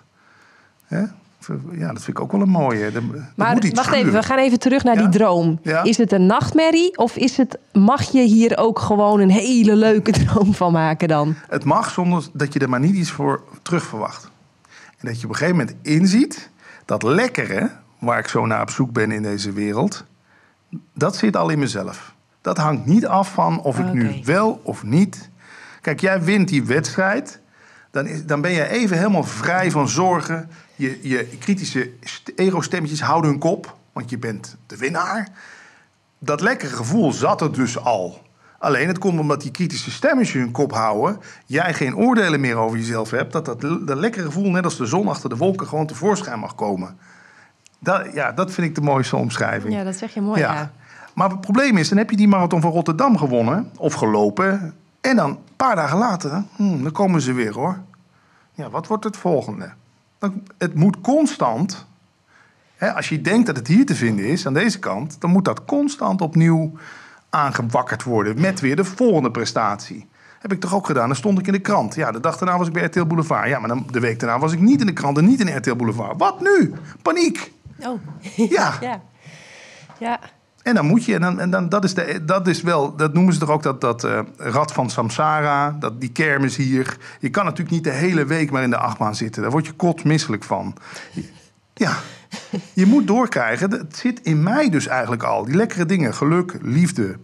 A: Ja, dat vind ik ook wel een mooie.
B: Maar wacht even, we gaan even terug naar die droom.
A: Ja?
B: Is het een nachtmerrie of mag je hier ook gewoon een hele leuke droom van maken dan?
A: Het mag zonder dat je er maar niet iets voor terug verwacht. En dat je op een gegeven moment inziet dat lekkere, waar ik zo naar op zoek ben in deze wereld, dat zit al in mezelf. Dat hangt niet af van of ik nu wel of niet. Kijk, jij wint die wedstrijd, dan ben je even helemaal vrij van zorgen. Je kritische ego-stemmetjes houden hun kop, want je bent de winnaar. Dat lekkere gevoel zat er dus al. Alleen het komt omdat die kritische stemmetjes hun kop houden, jij geen oordelen meer over jezelf hebt, dat lekkere gevoel, net als de zon achter de wolken, gewoon tevoorschijn mag komen. Dat vind ik de mooiste omschrijving.
B: Ja, dat zeg je mooi, ja.
A: Maar het probleem is, dan heb je die marathon van Rotterdam gewonnen, of gelopen, en dan een paar dagen later, dan komen ze weer, hoor. Ja, wat wordt het volgende? Het moet constant, als je denkt dat het hier te vinden is, aan deze kant, dan moet dat constant opnieuw aangewakkerd worden met weer de volgende prestatie. Heb ik toch ook gedaan. Dan stond ik in de krant. Ja, de dag daarna was ik bij RTL Boulevard. Ja, maar dan de week daarna was ik niet in de krant en niet in RTL Boulevard. Wat nu? Paniek.
B: Oh.
A: Ja.
B: Ja.
A: En dan moet je, en dan dat is wel, dat noemen ze toch ook dat rad van samsara, die kermis hier. Je kan natuurlijk niet de hele week maar in de achtbaan zitten. Daar word je kotsmisselijk van. Ja, je moet doorkrijgen. Het zit in mij dus eigenlijk al. Die lekkere dingen, geluk, liefde,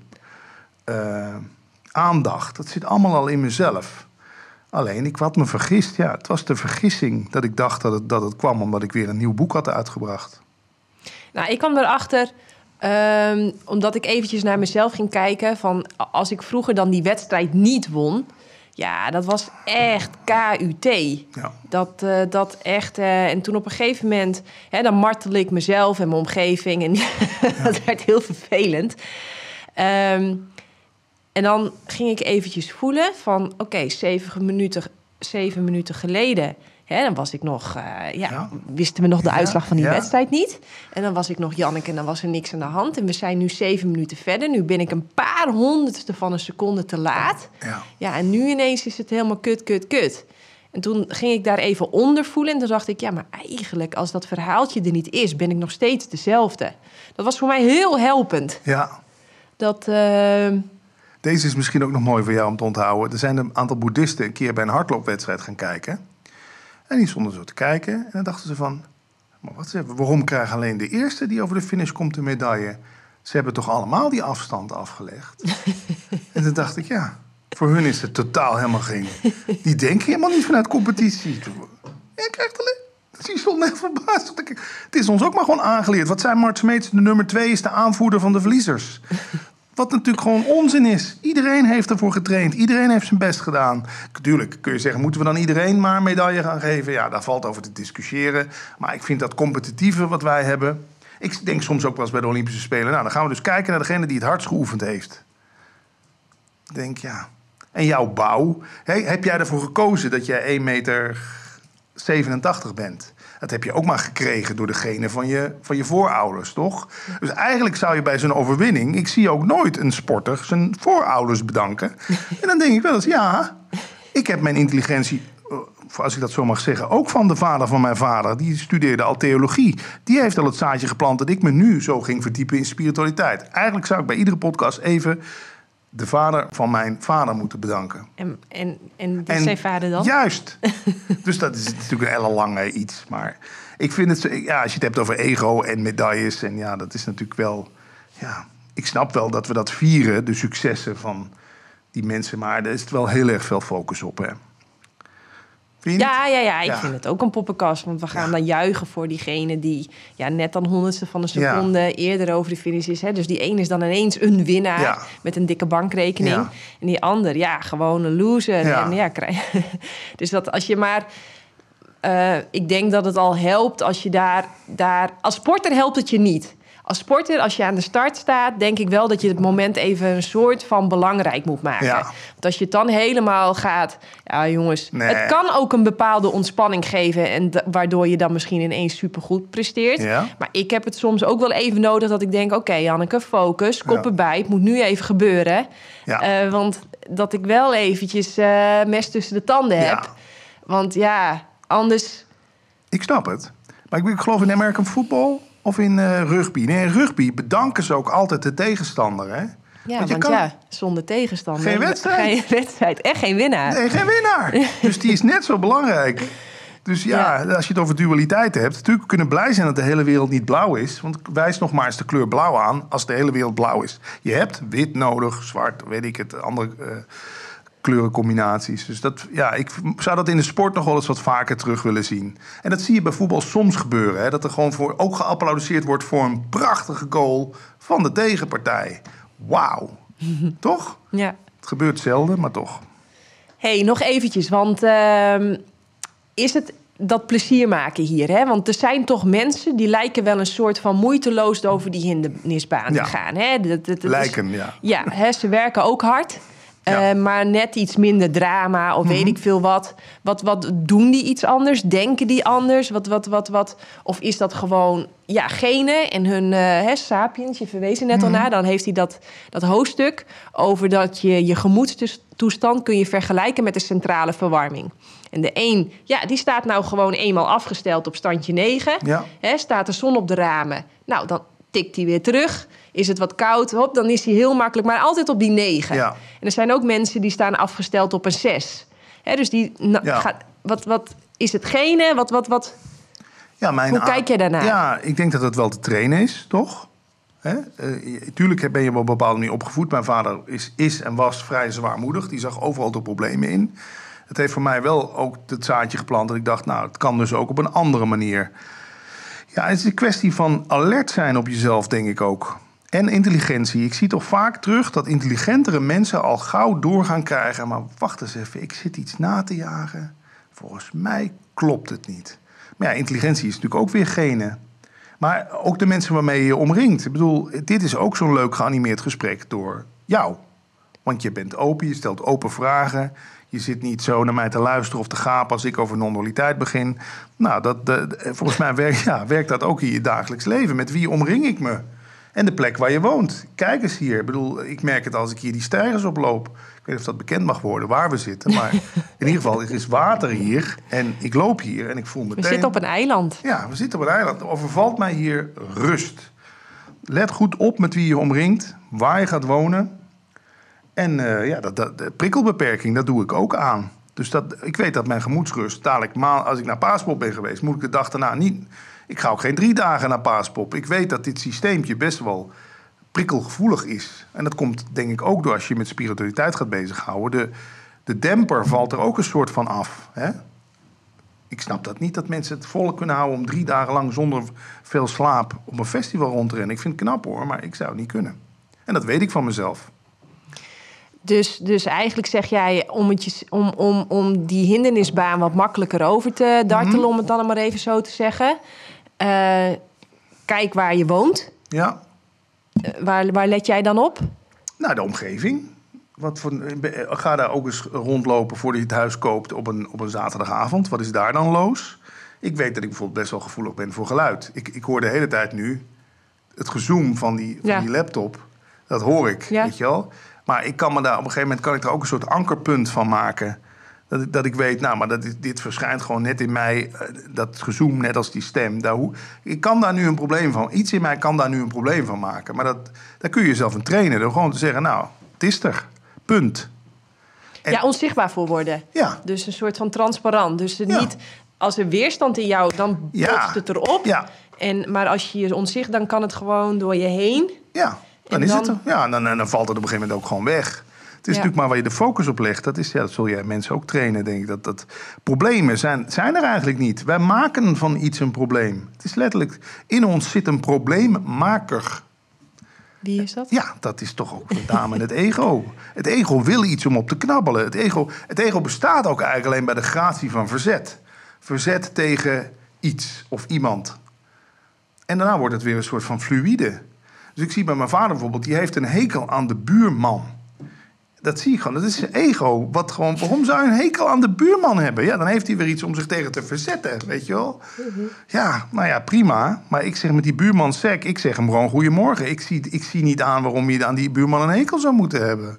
A: aandacht. Dat zit allemaal al in mezelf. Alleen, ik had me vergist. Ja, het was de vergissing dat ik dacht dat het kwam omdat ik weer een nieuw boek had uitgebracht.
B: Nou, ik kwam erachter, omdat ik eventjes naar mezelf ging kijken, van als ik vroeger dan die wedstrijd niet won, ja, dat was echt KUT.
A: Ja.
B: Dat echt. En toen op een gegeven moment, dan martelde ik mezelf en mijn omgeving. En dat werd heel vervelend. En dan ging ik eventjes voelen van, oké, 7 minuten geleden, dan was ik nog, wisten we nog de uitslag van die wedstrijd niet. En dan was ik nog Janneke en dan was er niks aan de hand. En we zijn nu 7 minuten verder. Nu ben ik een paar honderdste van een seconde te laat. Ja, en nu ineens is het helemaal kut. En toen ging ik daar even onder voelen. En toen dacht ik, ja, maar eigenlijk als dat verhaaltje er niet is, ben ik nog steeds dezelfde. Dat was voor mij heel helpend.
A: Ja. Deze is misschien ook nog mooi voor jou om te onthouden. Er zijn een aantal boeddhisten een keer bij een hardloopwedstrijd gaan kijken. En die stonden zo te kijken. En dan dachten ze van, maar wat even, waarom krijgen alleen de eerste die over de finish komt een medaille? Ze hebben toch allemaal die afstand afgelegd? En toen dacht ik, ja, voor hun is het totaal helemaal geen... Die denken helemaal niet vanuit competitie. Ja, krijgt alleen... Die stond net verbaasd. Het is ons ook maar gewoon aangeleerd. Wat zei Mart Smeets? De nummer 2 is de aanvoerder van de verliezers. Wat natuurlijk gewoon onzin is. Iedereen heeft ervoor getraind. Iedereen heeft zijn best gedaan. Tuurlijk kun je zeggen, moeten we dan iedereen maar een medaille gaan geven? Ja, daar valt over te discussiëren. Maar ik vind dat competitieve wat wij hebben. Ik denk soms ook wel eens bij de Olympische Spelen. Nou, dan gaan we dus kijken naar degene die het hardst geoefend heeft. Ik denk, ja. En jouw bouw. Heb jij ervoor gekozen dat jij 1,87 meter bent? Dat heb je ook maar gekregen door degene van je voorouders, toch? Dus eigenlijk zou je bij zo'n overwinning... Ik zie ook nooit een sporter zijn voorouders bedanken. En dan denk ik wel eens, ja, ik heb mijn intelligentie... als ik dat zo mag zeggen, ook van de vader van mijn vader. Die studeerde al theologie. Die heeft al het zaadje geplant dat ik me nu zo ging verdiepen in spiritualiteit. Eigenlijk zou ik bij iedere podcast even de vader van mijn vader moeten bedanken.
B: En die zijn vader dan?
A: Juist. Dus dat is natuurlijk een ellenlange iets. Maar ik vind het, ja, als je het hebt over ego en medailles... en ja, dat is natuurlijk wel... Ja, ik snap wel dat we dat vieren, de successen van die mensen... maar er is wel heel erg veel focus op, hè. Vind je niet?
B: Ja, ik vind het ook een poppenkast. Want we gaan dan juichen voor diegene die net dan 100ste van een seconde eerder over de finish is. Hè? Dus die een is dan ineens een winnaar met een dikke bankrekening. Ja. En die ander, gewoon een loser. Ja. En dus dat als je maar... ik denk dat het al helpt als je daar... Als sporter helpt het je niet. Als sporter, als je aan de start staat, denk ik wel dat je het moment even een soort van belangrijk moet maken. Ja. Want als je het dan helemaal gaat... Ja, jongens, het kan ook een bepaalde ontspanning geven... en waardoor je dan misschien ineens supergoed presteert. Ja. Maar ik heb het soms ook wel even nodig dat ik denk... Oké, Janneke, focus, kop erbij. Het moet nu even gebeuren. Ja. Want dat ik wel eventjes mes tussen de tanden heb. Want anders...
A: Ik snap het. Maar ik geloof in American football... Of in rugby. Nee, in rugby bedanken ze ook altijd de tegenstander, hè?
B: Ja, want zonder tegenstander...
A: Geen wedstrijd.
B: Geen wedstrijd en geen winnaar.
A: Nee, geen winnaar. Dus die is net zo belangrijk. Dus als je het over dualiteit hebt... natuurlijk kunnen we blij zijn dat de hele wereld niet blauw is. Want wijs nog maar eens de kleur blauw aan als de hele wereld blauw is. Je hebt wit nodig, zwart, weet ik het, andere... kleurencombinaties. Dus ik zou dat in de sport nog wel eens wat vaker terug willen zien. En dat zie je bij voetbal soms gebeuren. Hè? Dat er gewoon ook geapplaudiseerd wordt voor een prachtige goal van de tegenpartij. Wauw. Toch?
B: Ja.
A: Het gebeurt zelden, maar toch.
B: Hey, nog eventjes, want is het dat plezier maken hier? Hè? Want er zijn toch mensen die lijken wel een soort van moeiteloos over die hindernisbaan te gaan. Hè? Ja, ze werken ook hard. Maar net iets minder drama of weet ik veel wat. Wat doen die iets anders? Denken die anders? Wat? Of is dat gewoon genen en hun sapiens? Je verwees er net al naar. Dan heeft hij dat hoofdstuk over dat je gemoedstoestand kun je vergelijken met de centrale verwarming. En de een, die staat nou gewoon eenmaal afgesteld op standje 9. Ja. Staat de zon op de ramen. Nou, dan tikt hij weer terug. Is het wat koud, dan is hij heel makkelijk, maar altijd op die 9. Ja. En er zijn ook mensen die staan afgesteld op een 6. Dus die wat is het gene? Wat? Ja, hoe kijk jij daarnaar?
A: Ja, ik denk dat het wel te trainen is, toch? Tuurlijk ben je op een bepaalde manier opgevoed. Mijn vader is en was vrij zwaarmoedig. Die zag overal de problemen in. Het heeft voor mij wel ook het zaadje geplant. Dat ik dacht, het kan dus ook op een andere manier. Ja, het is een kwestie van alert zijn op jezelf, denk ik ook. En intelligentie. Ik zie toch vaak terug dat intelligentere mensen al gauw door gaan krijgen. Maar wacht eens even, ik zit iets na te jagen. Volgens mij klopt het niet. Maar intelligentie is natuurlijk ook weer genen. Maar ook de mensen waarmee je je omringt. Ik bedoel, dit is ook zo'n leuk geanimeerd gesprek door jou. Want je bent open, je stelt open vragen. Je zit niet zo naar mij te luisteren of te gapen als ik over non-dualiteit begin. Nou, volgens mij werkt dat ook in je dagelijks leven. Met wie omring ik me? En de plek waar je woont. Kijk eens hier. Ik bedoel, ik merk het als ik hier die steigers oploop. Ik weet niet of dat bekend mag worden waar we zitten. Maar in ieder geval, er is water hier. En ik loop hier en ik voel meteen...
B: We zitten op een eiland.
A: Ja, we zitten op een eiland. Er overvalt mij hier rust. Let goed op met wie je omringt. Waar je gaat wonen. En de prikkelbeperking, dat doe ik ook aan. Dus ik weet dat mijn gemoedsrust... dadelijk als ik naar Paaspop ben geweest... moet ik de dag daarna niet... Ik ga ook geen 3 dagen naar Paaspop. Ik weet dat dit systeempje best wel prikkelgevoelig is. En dat komt denk ik ook door als je met spiritualiteit gaat bezighouden. De demper valt er ook een soort van af. Hè? Ik snap dat niet, dat mensen het vol kunnen houden... om 3 dagen lang zonder veel slaap op een festival rond te rennen. Ik vind het knap hoor, maar ik zou het niet kunnen. En dat weet ik van mezelf.
B: Dus eigenlijk zeg jij om die hindernisbaan wat makkelijker over te dartelen... om het dan maar even zo te zeggen... kijk waar je woont. Ja. Waar let jij dan op? Nou,
A: de omgeving. Ga daar ook eens rondlopen voordat je het huis koopt op een zaterdagavond. Wat is daar dan los? Ik weet dat ik bijvoorbeeld best wel gevoelig ben voor geluid. Ik hoor de hele tijd nu het gezoem van die laptop. Dat hoor ik, weet je wel. Maar ik kan me daar op een gegeven moment kan ik er ook een soort ankerpunt van maken... Dat ik weet, dit verschijnt gewoon net in mij, dat gezoem, net als die stem. Ik kan daar nu een probleem van, iets in mij kan daar nu een probleem van maken. Maar daar kun je jezelf in trainen, door gewoon te zeggen, het is er, punt.
B: Onzichtbaar voor worden. Ja. Dus een soort van transparant. Dus niet, als er weerstand in jou, dan botst het erop. Ja. Maar als je je onzicht, dan kan het gewoon door je heen. Ja,
A: dan is het er. Ja, dan valt het op een gegeven moment ook gewoon weg. Het is natuurlijk maar waar je de focus op legt. Dat zul jij mensen ook trainen, denk ik. Dat problemen zijn er eigenlijk niet. Wij maken van iets een probleem. Het is letterlijk, in ons zit een probleemmaker.
B: Wie is dat?
A: Ja, dat is toch ook met name het ego. Het ego wil iets om op te knabbelen. Het ego bestaat ook eigenlijk alleen bij de gratie van verzet. Verzet tegen iets of iemand. En daarna wordt het weer een soort van fluïde. Dus ik zie bij mijn vader bijvoorbeeld, die heeft een hekel aan de buurman. Dat zie ik gewoon. Dat is zijn ego. Waarom zou je een hekel aan de buurman hebben? Ja, dan heeft hij weer iets om zich tegen te verzetten, weet je wel? Ja, nou ja, prima. Maar ik zeg met die buurman sec, ik zeg hem gewoon goedemorgen. Ik zie niet aan waarom je aan die buurman een hekel zou moeten hebben.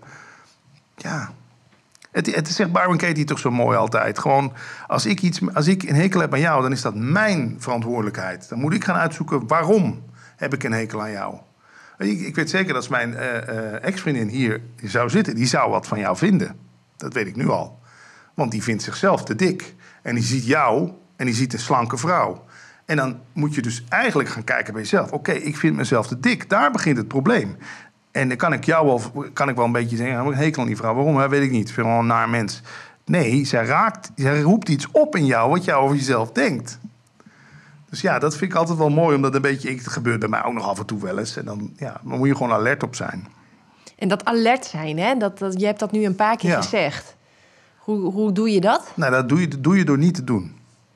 A: Ja. Het zegt Byron Katie toch zo mooi altijd. Gewoon, als ik een hekel heb aan jou, dan is dat mijn verantwoordelijkheid. Dan moet ik gaan uitzoeken waarom heb ik een hekel aan jou. Ik weet zeker dat als mijn ex-vriendin hier zou zitten, die zou wat van jou vinden. Dat weet ik nu al. Want die vindt zichzelf te dik. En die ziet jou en die ziet een slanke vrouw. En dan moet je dus eigenlijk gaan kijken bij jezelf. Oké, ik vind mezelf te dik. Daar begint het probleem. En dan kan ik wel een beetje zeggen, ik heb een hekel aan die vrouw. Waarom? Dat weet ik niet. Ik vind wel een naar mens. Nee, zij roept iets op in jou wat jou over jezelf denkt. Dus ja, dat vind ik altijd wel mooi, omdat een beetje, het gebeurt bij mij ook nog af en toe wel eens. En dan moet je gewoon alert op zijn.
B: En dat alert zijn, hè? Je hebt dat nu een paar keer gezegd. Hoe doe je dat?
A: Nou, dat doe je door niet te doen.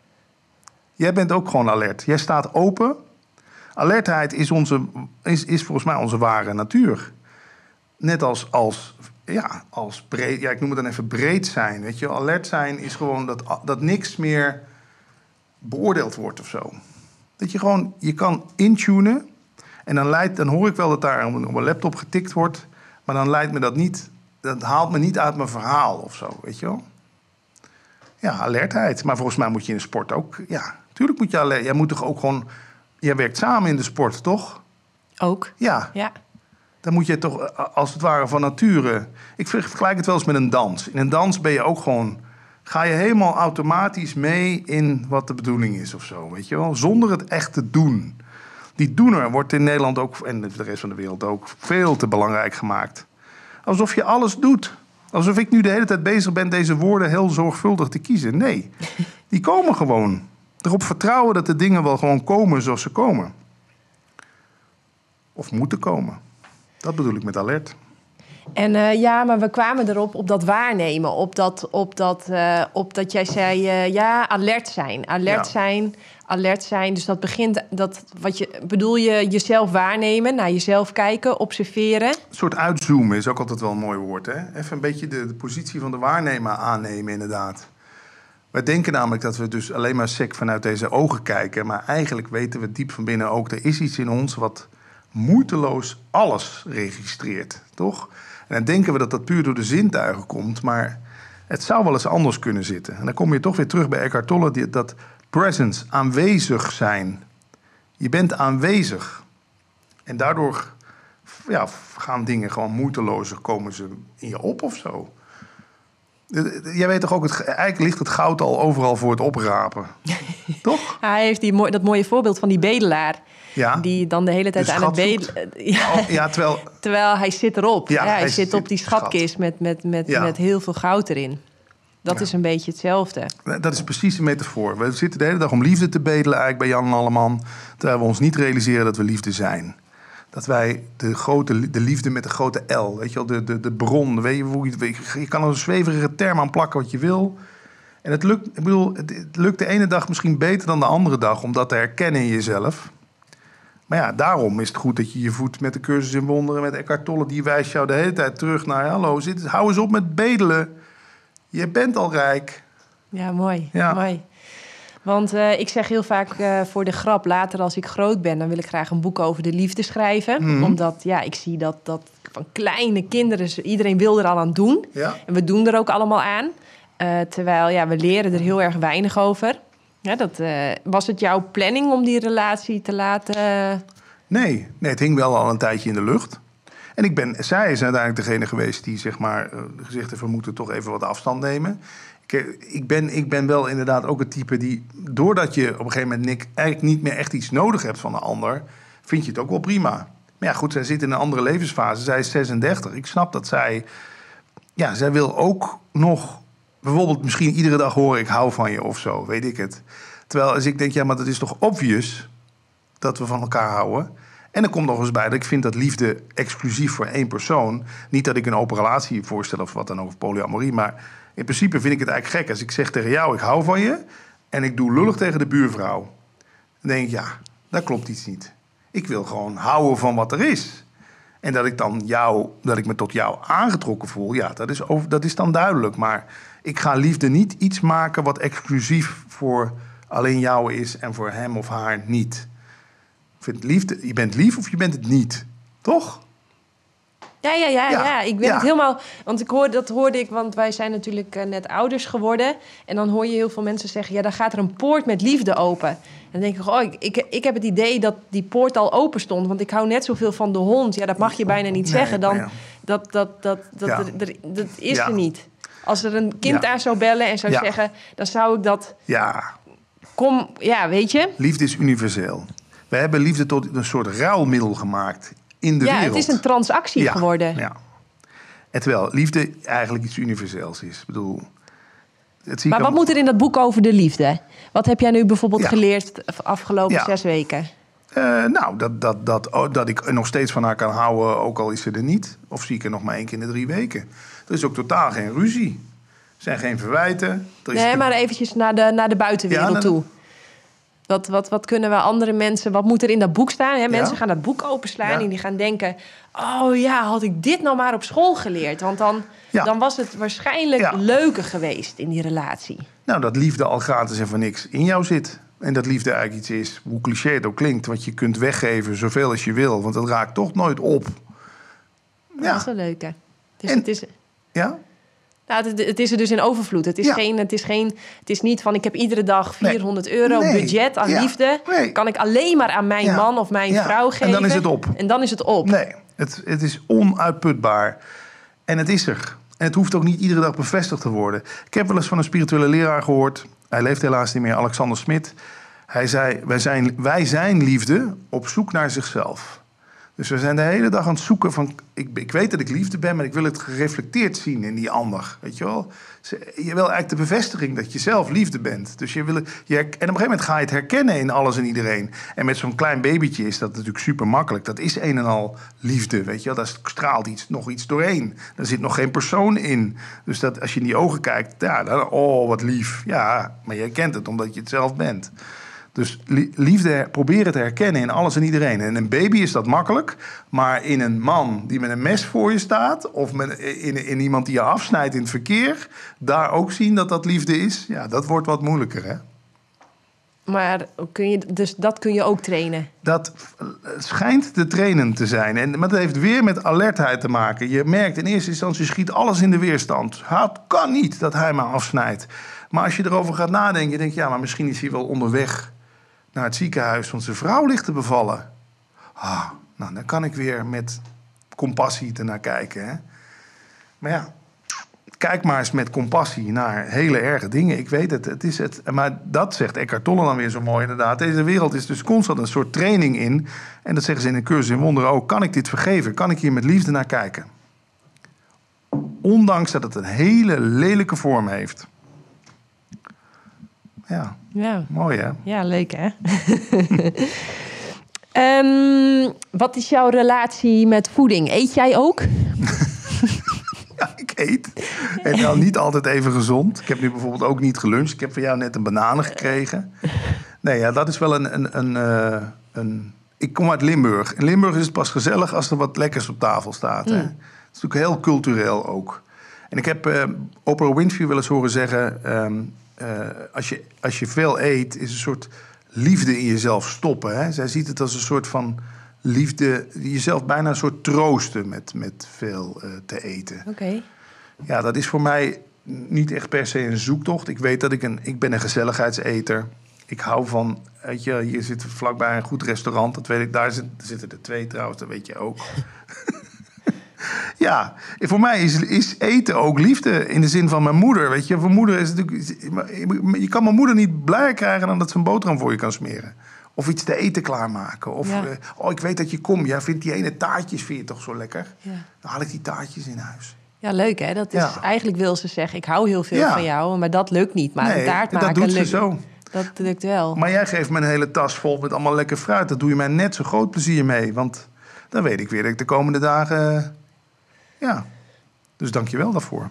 A: Jij bent ook gewoon alert. Jij staat open. Alertheid is volgens mij onze ware natuur. Net als breed, ik noem het dan even breed zijn. Weet je, alert zijn is gewoon dat niks meer beoordeeld wordt of zo. Dat je gewoon, je kan intunen. En dan hoor ik wel dat daar op een laptop getikt wordt. Maar dan leidt me dat niet. Dat haalt me niet uit mijn verhaal of zo, weet je wel. Ja, alertheid. Maar volgens mij moet je in de sport ook. Ja, tuurlijk moet je alert. Jij moet toch ook gewoon. Jij werkt samen in de sport, toch?
B: Ook.
A: Ja. Dan moet je toch als het ware van nature. Ik vergelijk het wel eens met een dans. In een dans ben je ook gewoon. Ga je helemaal automatisch mee in wat de bedoeling is of zo, weet je wel? Zonder het echt te doen. Die doener wordt in Nederland ook, en de rest van de wereld ook, veel te belangrijk gemaakt. Alsof je alles doet. Alsof ik nu de hele tijd bezig ben deze woorden heel zorgvuldig te kiezen. Nee, die komen gewoon. Erop vertrouwen dat de dingen wel gewoon komen zoals ze komen. Of moeten komen. Dat bedoel ik met alert.
B: En maar we kwamen erop op dat waarnemen. Op dat jij zei, alert zijn. Alert zijn. Dus dat begint, bedoel je jezelf waarnemen, naar jezelf kijken, observeren? Een
A: soort uitzoomen is ook altijd wel een mooi woord, hè? Even een beetje de positie van de waarnemer aannemen, inderdaad. Wij denken namelijk dat we dus alleen maar sec vanuit deze ogen kijken. Maar eigenlijk weten we diep van binnen ook, er is iets in ons wat moeiteloos alles registreert, toch? En dan denken we dat dat puur door de zintuigen komt, maar het zou wel eens anders kunnen zitten. En dan kom je toch weer terug bij Eckhart Tolle, dat presence, aanwezig zijn. Je bent aanwezig. En daardoor gaan dingen gewoon moeitelozer, komen ze in je op of zo. Jij weet toch ook, eigenlijk ligt het goud al overal voor het oprapen. Toch?
B: Hij heeft dat mooie voorbeeld van die bedelaar.
A: Ja.
B: Die dan de hele tijd aan het bedelen. Terwijl hij zit erop. Ja, hij zit op die schatkist met heel veel goud erin. Dat is een beetje hetzelfde.
A: Dat is precies de metafoor. We zitten de hele dag om liefde te bedelen eigenlijk bij Jan en Alleman. Terwijl we ons niet realiseren dat we liefde zijn. Dat wij de liefde met de grote L, weet je wel, de bron. Weet je kan er een zweverige term aan plakken wat je wil. En het lukt de ene dag misschien beter dan de andere dag om dat te herkennen in jezelf. Maar ja, daarom is het goed dat je je voedt met de cursus in wonderen, met Eckhart Tolle. Die wijst jou de hele tijd terug naar, hou eens op met bedelen. Je bent al rijk.
B: Ja, mooi. Ja. Mooi. Want ik zeg heel vaak voor de grap, later als ik groot ben, dan wil ik graag een boek over de liefde schrijven. Mm-hmm. Omdat ik zie dat van kleine kinderen, iedereen wil er al aan doen. Ja. En we doen er ook allemaal aan. Terwijl we leren er heel erg weinig over. Ja, was het jouw planning om die relatie te laten? Nee, het hing wel al een tijdje in de lucht. En zij is uiteindelijk degene geweest die gezegd heeft, we moeten toch even wat afstand nemen. Ik ben wel inderdaad ook het type die, doordat je op een gegeven moment eigenlijk niet meer echt iets nodig hebt van een ander, vind je het ook wel prima. Maar ja, goed, zij zit in een andere levensfase. Zij is 36. Ik snap dat zij
A: ja, zij wil ook nog... Bijvoorbeeld misschien iedere dag horen ik hou van je of zo, weet ik het. Terwijl als ik denk, ja, maar dat is toch obvious dat we van elkaar houden. En er komt nog eens bij dat ik vind dat liefde exclusief voor één persoon. Niet dat ik een open relatie voorstel of wat dan ook, of polyamorie. Maar in principe vind ik het eigenlijk gek als ik zeg tegen jou, ik hou van je. En ik doe lullig tegen de buurvrouw. Dan denk ik, ja, daar klopt iets niet. Ik wil gewoon houden van wat er is. En dat ik me tot jou aangetrokken voel, ja, dat is dan duidelijk. Maar ik ga liefde niet iets maken wat exclusief voor alleen jou is en voor hem of haar niet. Ik vind liefde, je bent lief of je bent het niet, toch?
B: Ja. Ik ben het helemaal... Want dat hoorde ik, want wij zijn natuurlijk net ouders geworden. En dan hoor je heel veel mensen zeggen... ja, dan gaat er een poort met liefde open. En dan denk ik, ik heb het idee dat die poort al open stond. Want ik hou net zoveel van de hond. Ja, dat mag je bijna niet zeggen. Dan, dat is er niet. Als er een kind aan zou bellen en zou zeggen... dan zou ik dat... weet je?
A: Liefde is universeel. We hebben liefde tot een soort ruilmiddel gemaakt... in de wereld.
B: Het is een transactie geworden.
A: Ja. En terwijl liefde eigenlijk iets universeels is. Ik bedoel,
B: maar wat moet er in dat boek over de liefde? Wat heb jij nu bijvoorbeeld geleerd de afgelopen 6 weken?
A: Dat ik er nog steeds van haar kan houden, ook al is ze er niet. Of zie ik er nog maar 1 keer in de 3 weken. Er is ook totaal geen ruzie. Er zijn geen verwijten.
B: Maar eventjes naar de buitenwereld toe. Wat kunnen we andere mensen... Wat moet er in dat boek staan? Hè? Mensen gaan dat boek openslaan en die gaan denken... oh ja, had ik dit nou maar op school geleerd? Want dan was het waarschijnlijk leuker geweest in die relatie.
A: Nou, dat liefde al gratis en voor niks in jou zit. En dat liefde eigenlijk iets is, hoe cliché het ook klinkt... wat je kunt weggeven zoveel als je wil. Want dat raakt toch nooit op.
B: Ja. Dat is wel leuk, hè? Het is...
A: Ja?
B: Nou, het is er dus in overvloed. Het is niet van ik heb iedere dag 400 euro budget aan liefde. Nee. Kan ik alleen maar aan mijn man of mijn vrouw geven.
A: En dan is het op. Nee, het is onuitputbaar. En het is er. En het hoeft ook niet iedere dag bevestigd te worden. Ik heb wel eens van een spirituele leraar gehoord. Hij leeft helaas niet meer, Alexander Smit. Hij zei, wij zijn liefde op zoek naar zichzelf. Dus we zijn de hele dag aan het zoeken van... Ik weet dat ik liefde ben, maar ik wil het gereflecteerd zien in die ander. Weet je wel? Je wil eigenlijk de bevestiging dat je zelf liefde bent. Dus en op een gegeven moment ga je het herkennen in alles en iedereen. En met zo'n klein babytje is dat natuurlijk super makkelijk. Dat is een en al liefde, weet je wel? Daar straalt nog iets doorheen. Daar zit nog geen persoon in. Dus dat als je in die ogen kijkt, wat lief. Ja, maar je herkent het omdat je het zelf bent. Dus liefde proberen te herkennen in alles en iedereen. En een baby is dat makkelijk. Maar in een man die met een mes voor je staat... of in iemand die je afsnijdt in het verkeer... daar ook zien dat dat liefde is... ja, dat wordt wat moeilijker, hè?
B: Maar dat kun je ook trainen?
A: Dat schijnt te trainen te zijn. Maar dat heeft weer met alertheid te maken. Je merkt in eerste instantie schiet alles in de weerstand. Het kan niet dat hij me afsnijdt. Maar als je erover gaat nadenken... je denkt, ja, maar misschien is hij wel onderweg... naar het ziekenhuis, want zijn vrouw ligt te bevallen. Nou, dan kan ik weer met compassie ernaar kijken. Hè? Maar ja, kijk maar eens met compassie naar hele erge dingen. Ik weet het, maar dat zegt Eckhart Tolle dan weer zo mooi inderdaad. Deze wereld is dus constant een soort training in. En dat zeggen ze in een cursus in wonderen ook. Kan ik dit vergeven? Kan ik hier met liefde naar kijken? Ondanks dat het een hele lelijke vorm heeft. Ja, mooi hè?
B: Ja, leuk hè? Wat is jouw relatie met voeding? Eet jij ook?
A: Ja, ik eet. En nou niet altijd even gezond. Ik heb nu bijvoorbeeld ook niet geluncht. Ik heb van jou net een bananen gekregen. Nee, ja, dat is wel een... Ik kom uit Limburg. In Limburg is het pas gezellig als er wat lekkers op tafel staat. Hè? Het is natuurlijk heel cultureel ook. En ik heb Oprah Winfrey wel eens horen zeggen... als je veel eet, is een soort liefde in jezelf stoppen. Hè? Zij ziet het als een soort van liefde... jezelf bijna een soort troosten met veel te eten.
B: Okay.
A: Ja, dat is voor mij niet echt per se een zoektocht. Ik weet dat ik ben een gezelligheidseter. Ik hou van... Weet je, hier zit vlakbij een goed restaurant. Dat weet ik. Daar zitten er 2 trouwens, dat weet je ook. Ja, voor mij is eten ook liefde in de zin van mijn moeder. Weet je, voor moeder is het natuurlijk... Je kan mijn moeder niet blijer krijgen dan dat ze een boterham voor je kan smeren. Of iets te eten klaarmaken. Of, ik weet dat je komt. Ja, vindt die ene taartjes vind je toch zo lekker? Ja. Dan haal ik die taartjes in huis.
B: Ja, leuk hè? Dat is, eigenlijk wil ze zeggen, ik hou heel veel van jou, maar dat lukt niet. Maar een taart maken
A: dat doet
B: lukt.
A: ze zo.
B: Dat lukt wel.
A: Maar jij geeft me een hele tas vol met allemaal lekker fruit. Dat doe je mij net zo groot plezier mee. Want dan weet ik weer dat ik de komende dagen... Dus dank je wel daarvoor.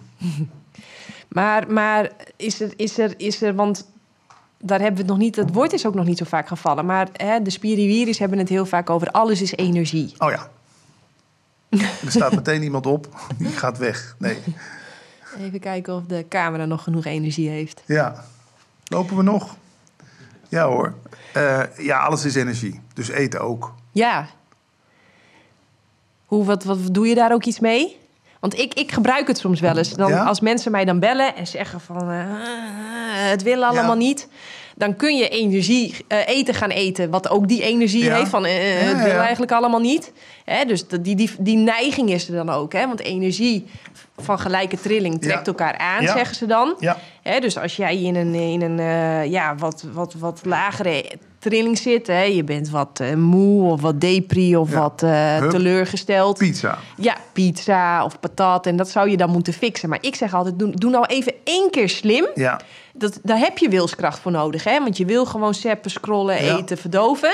B: Maar is er, want daar hebben we het nog niet... Het woord is ook nog niet zo vaak gevallen. Maar de spiriwiris hebben het heel vaak over alles is energie.
A: Oh ja. Er staat meteen iemand op. Die gaat weg. Nee.
B: Even kijken of de camera nog genoeg energie heeft.
A: Ja. Lopen we nog? Ja hoor. Alles is energie. Dus eten ook.
B: Ja. Wat doe je daar ook iets mee? Want ik gebruik het soms wel eens. Als mensen mij dan bellen en zeggen van... het wil allemaal niet. Dan kun je eten gaan eten. Wat ook die energie heeft van... het wil eigenlijk allemaal niet. Dus die neiging is er dan ook. Want energie van gelijke trilling trekt elkaar aan, zeggen ze dan. Ja. Dus als jij in een wat lagere trilling zit... je bent wat moe of wat depri of wat teleurgesteld.
A: Pizza.
B: Ja, pizza of patat. En dat zou je dan moeten fixen. Maar ik zeg altijd, doe nou even 1 keer slim. Ja. Daar heb je wilskracht voor nodig. Want je wil gewoon zappen, scrollen, eten, verdoven.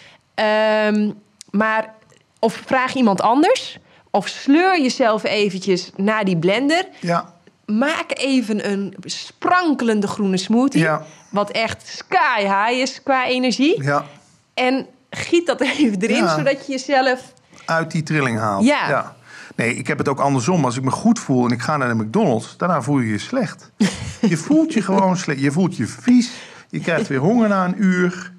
B: Maar of vraag iemand anders... of sleur jezelf eventjes naar die blender... Ja. Maak even een sprankelende groene smoothie... wat echt sky high is qua energie. Ja. En giet dat even erin, zodat je jezelf...
A: uit die trilling haalt. Ja. Nee, ik heb het ook andersom. Als ik me goed voel en ik ga naar de McDonald's... daarna voel je je slecht. Je voelt je gewoon slecht. Je voelt je vies. Je krijgt weer honger na een uur.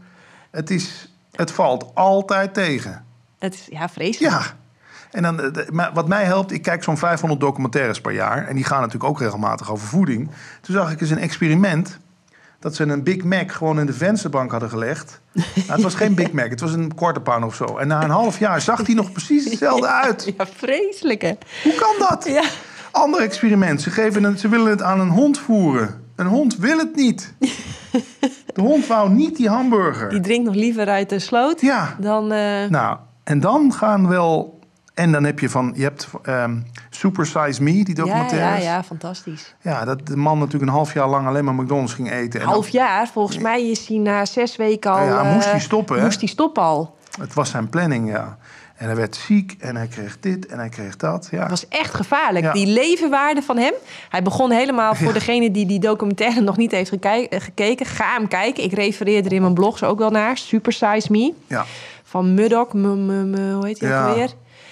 A: Het valt altijd tegen.
B: Het is vreselijk.
A: Ja. En dan, wat mij helpt, ik kijk zo'n 500 documentaires per jaar... en die gaan natuurlijk ook regelmatig over voeding. Toen zag ik eens een experiment... dat ze een Big Mac gewoon in de vensterbank hadden gelegd. Nou, het was geen Big Mac, het was een quarter pounder of zo. En na een half jaar zag die nog precies hetzelfde uit.
B: Ja, vreselijk hè.
A: Hoe kan dat? Ja. Ander experiment, ze willen het aan een hond voeren. Een hond wil het niet. De hond wou niet die hamburger.
B: Die drinkt nog liever uit de sloot dan...
A: Nou, en dan gaan wel... En dan heb je hebt Super Size Me, die documentaires.
B: Ja, fantastisch.
A: Ja, dat de man natuurlijk een half jaar lang alleen maar McDonald's ging eten.
B: Half jaar? Volgens mij is hij na 6 weken al...
A: Ja, moest hij stoppen.
B: Moest hij stoppen al.
A: Het was zijn planning, ja. En hij werd ziek en hij kreeg dit en hij kreeg dat. Ja.
B: Het was echt gevaarlijk. Ja. Die levenwaarde van hem. Hij begon helemaal, voor degene die documentaire nog niet heeft gekeken... ga hem kijken. Ik refereer er in mijn blogs ook wel naar. Super Size Me. Ja. Van Murdoch. Hoe heet hij ook weer?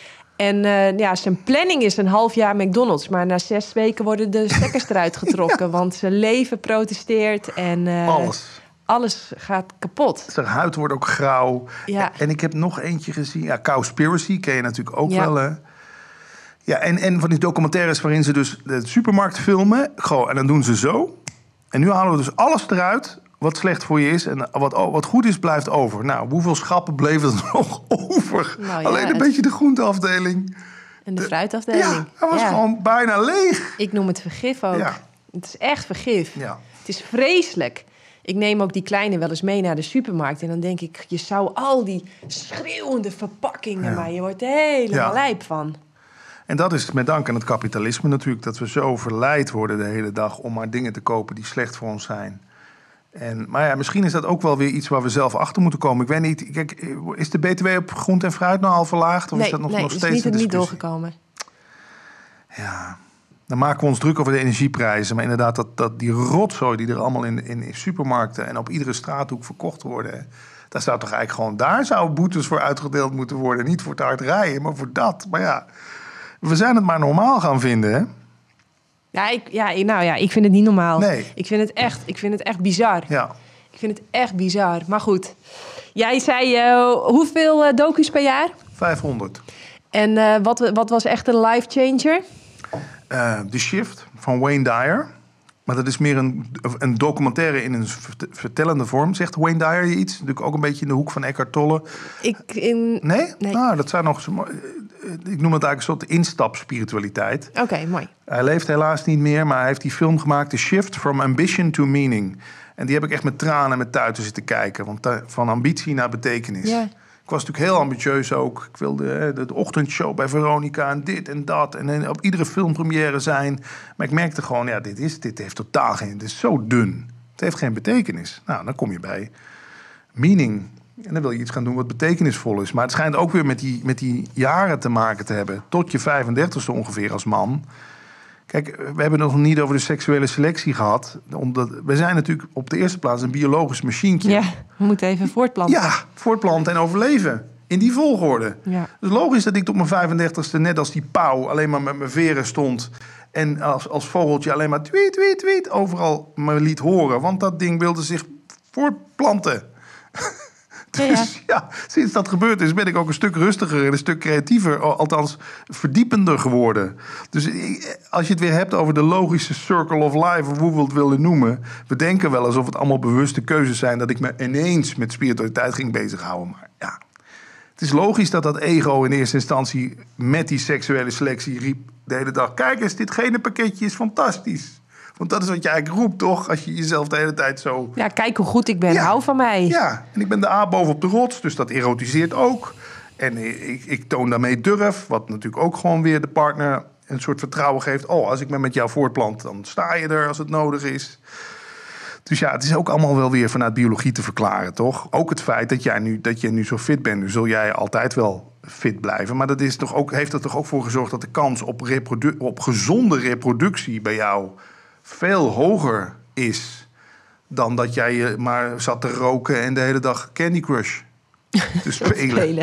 B: En zijn planning is een half jaar McDonald's. Maar na 6 weken worden de stekkers eruit getrokken. Want zijn leven protesteert en... Alles gaat kapot.
A: Zijn huid wordt ook grauw. Ja. En ik heb nog eentje gezien. Ja, Cowspiracy ken je natuurlijk ook wel. Hè? Ja, en van die documentaires waarin ze dus de supermarkt filmen. Goh, en dan doen ze zo. En nu halen we dus alles eruit wat slecht voor je is. En wat goed is, blijft over. Nou, hoeveel schappen bleven er nog over? Nou, alleen een beetje de groenteafdeling.
B: En de fruitafdeling.
A: Ja, dat was gewoon bijna leeg.
B: Ik noem het vergif ook. Ja. Het is echt vergif. Ja. Het is vreselijk. Ik neem ook die kleine wel eens mee naar de supermarkt. En dan denk ik, je zou al die schreeuwende verpakkingen... maar je wordt er helemaal lijp van.
A: En dat is met dank aan het kapitalisme natuurlijk... dat we zo verleid worden de hele dag... om maar dingen te kopen die slecht voor ons zijn. Maar ja, misschien is dat ook wel weer iets waar we zelf achter moeten komen. Ik weet niet, kijk, is de BTW op groente en fruit nou al verlaagd? Of is dat nog steeds een discussie?
B: Niet doorgekomen.
A: Ja, dan maken we ons druk over de energieprijzen. Maar inderdaad, dat die rotzooi die er allemaal in supermarkten... en op iedere straathoek verkocht worden... daar zou toch eigenlijk gewoon... daar zouden boetes voor uitgedeeld moeten worden. Niet voor het hard rijden, maar voor dat. Maar ja, we zijn het maar normaal gaan vinden, hè?
B: Ik vind het niet normaal.
A: Nee.
B: Ik vind het echt bizar. Ja. Ik vind het echt bizar. Maar goed. Jij zei, hoeveel docu's per jaar?
A: 500.
B: En wat was echt een life changer?
A: The Shift van Wayne Dyer. Maar dat is meer een documentaire in een vertellende vorm. Zegt Wayne Dyer je iets? Natuurlijk ook een beetje in de hoek van Eckhart Tolle. Nee? Nou, dat zijn nog... Ik noem het eigenlijk een soort instapspiritualiteit.
B: Oké, mooi.
A: Hij leeft helaas niet meer, maar hij heeft die film gemaakt... The Shift from Ambition to Meaning. En die heb ik echt met tranen en met tuiten zitten kijken. Want van ambitie naar betekenis. Ja. Ik Ik was natuurlijk heel ambitieus ook. Ik wilde de ochtendshow bij Veronica en dit en dat. En op iedere filmpremière zijn. Maar ik merkte gewoon, dit heeft totaal geen... Het is zo dun. Het heeft geen betekenis. Nou, dan kom je bij meaning. En dan wil je iets gaan doen wat betekenisvol is. Maar het schijnt ook weer met die jaren te maken te hebben. Tot je 35ste ongeveer als man. Kijk, we hebben het nog niet over de seksuele selectie gehad. Omdat we zijn natuurlijk op de eerste plaats een biologisch machientje.
B: Ja, we moeten even voortplanten.
A: Ja, voortplanten en overleven. In die volgorde.
B: Ja.
A: Dus logisch dat ik tot mijn 35ste, net als die pauw, alleen maar met mijn veren stond. En als vogeltje alleen maar tweet, tweet, tweet overal me liet horen. Want dat ding wilde zich voortplanten. Dus ja, sinds dat gebeurd is, ben ik ook een stuk rustiger en een stuk creatiever, althans verdiepender geworden. Dus als je het weer hebt over de logische circle of life, of hoe we het willen noemen, we denken wel alsof het allemaal bewuste keuzes zijn dat ik me ineens met spiritualiteit ging bezighouden. Maar ja, het is logisch dat ego in eerste instantie met die seksuele selectie riep de hele dag: kijk eens, dit gene pakketje is fantastisch. Want dat is wat je eigenlijk roept, toch? Als je jezelf de hele tijd zo...
B: Ja, kijk hoe goed ik ben. Ja. Hou van mij.
A: Ja, en ik ben de A bovenop de rots, dus dat erotiseert ook. En ik toon daarmee durf, wat natuurlijk ook gewoon weer de partner een soort vertrouwen geeft. Oh, als ik me met jou voortplant, dan sta je er als het nodig is. Dus ja, het is ook allemaal wel weer vanuit biologie te verklaren, toch? Ook het feit dat je nu zo fit bent, nu zul jij altijd wel fit blijven. Maar dat is toch ook, heeft er toch ook voor gezorgd dat de kans op gezonde reproductie bij jou veel hoger is dan dat jij maar zat te roken en de hele dag Candy Crush te spelen.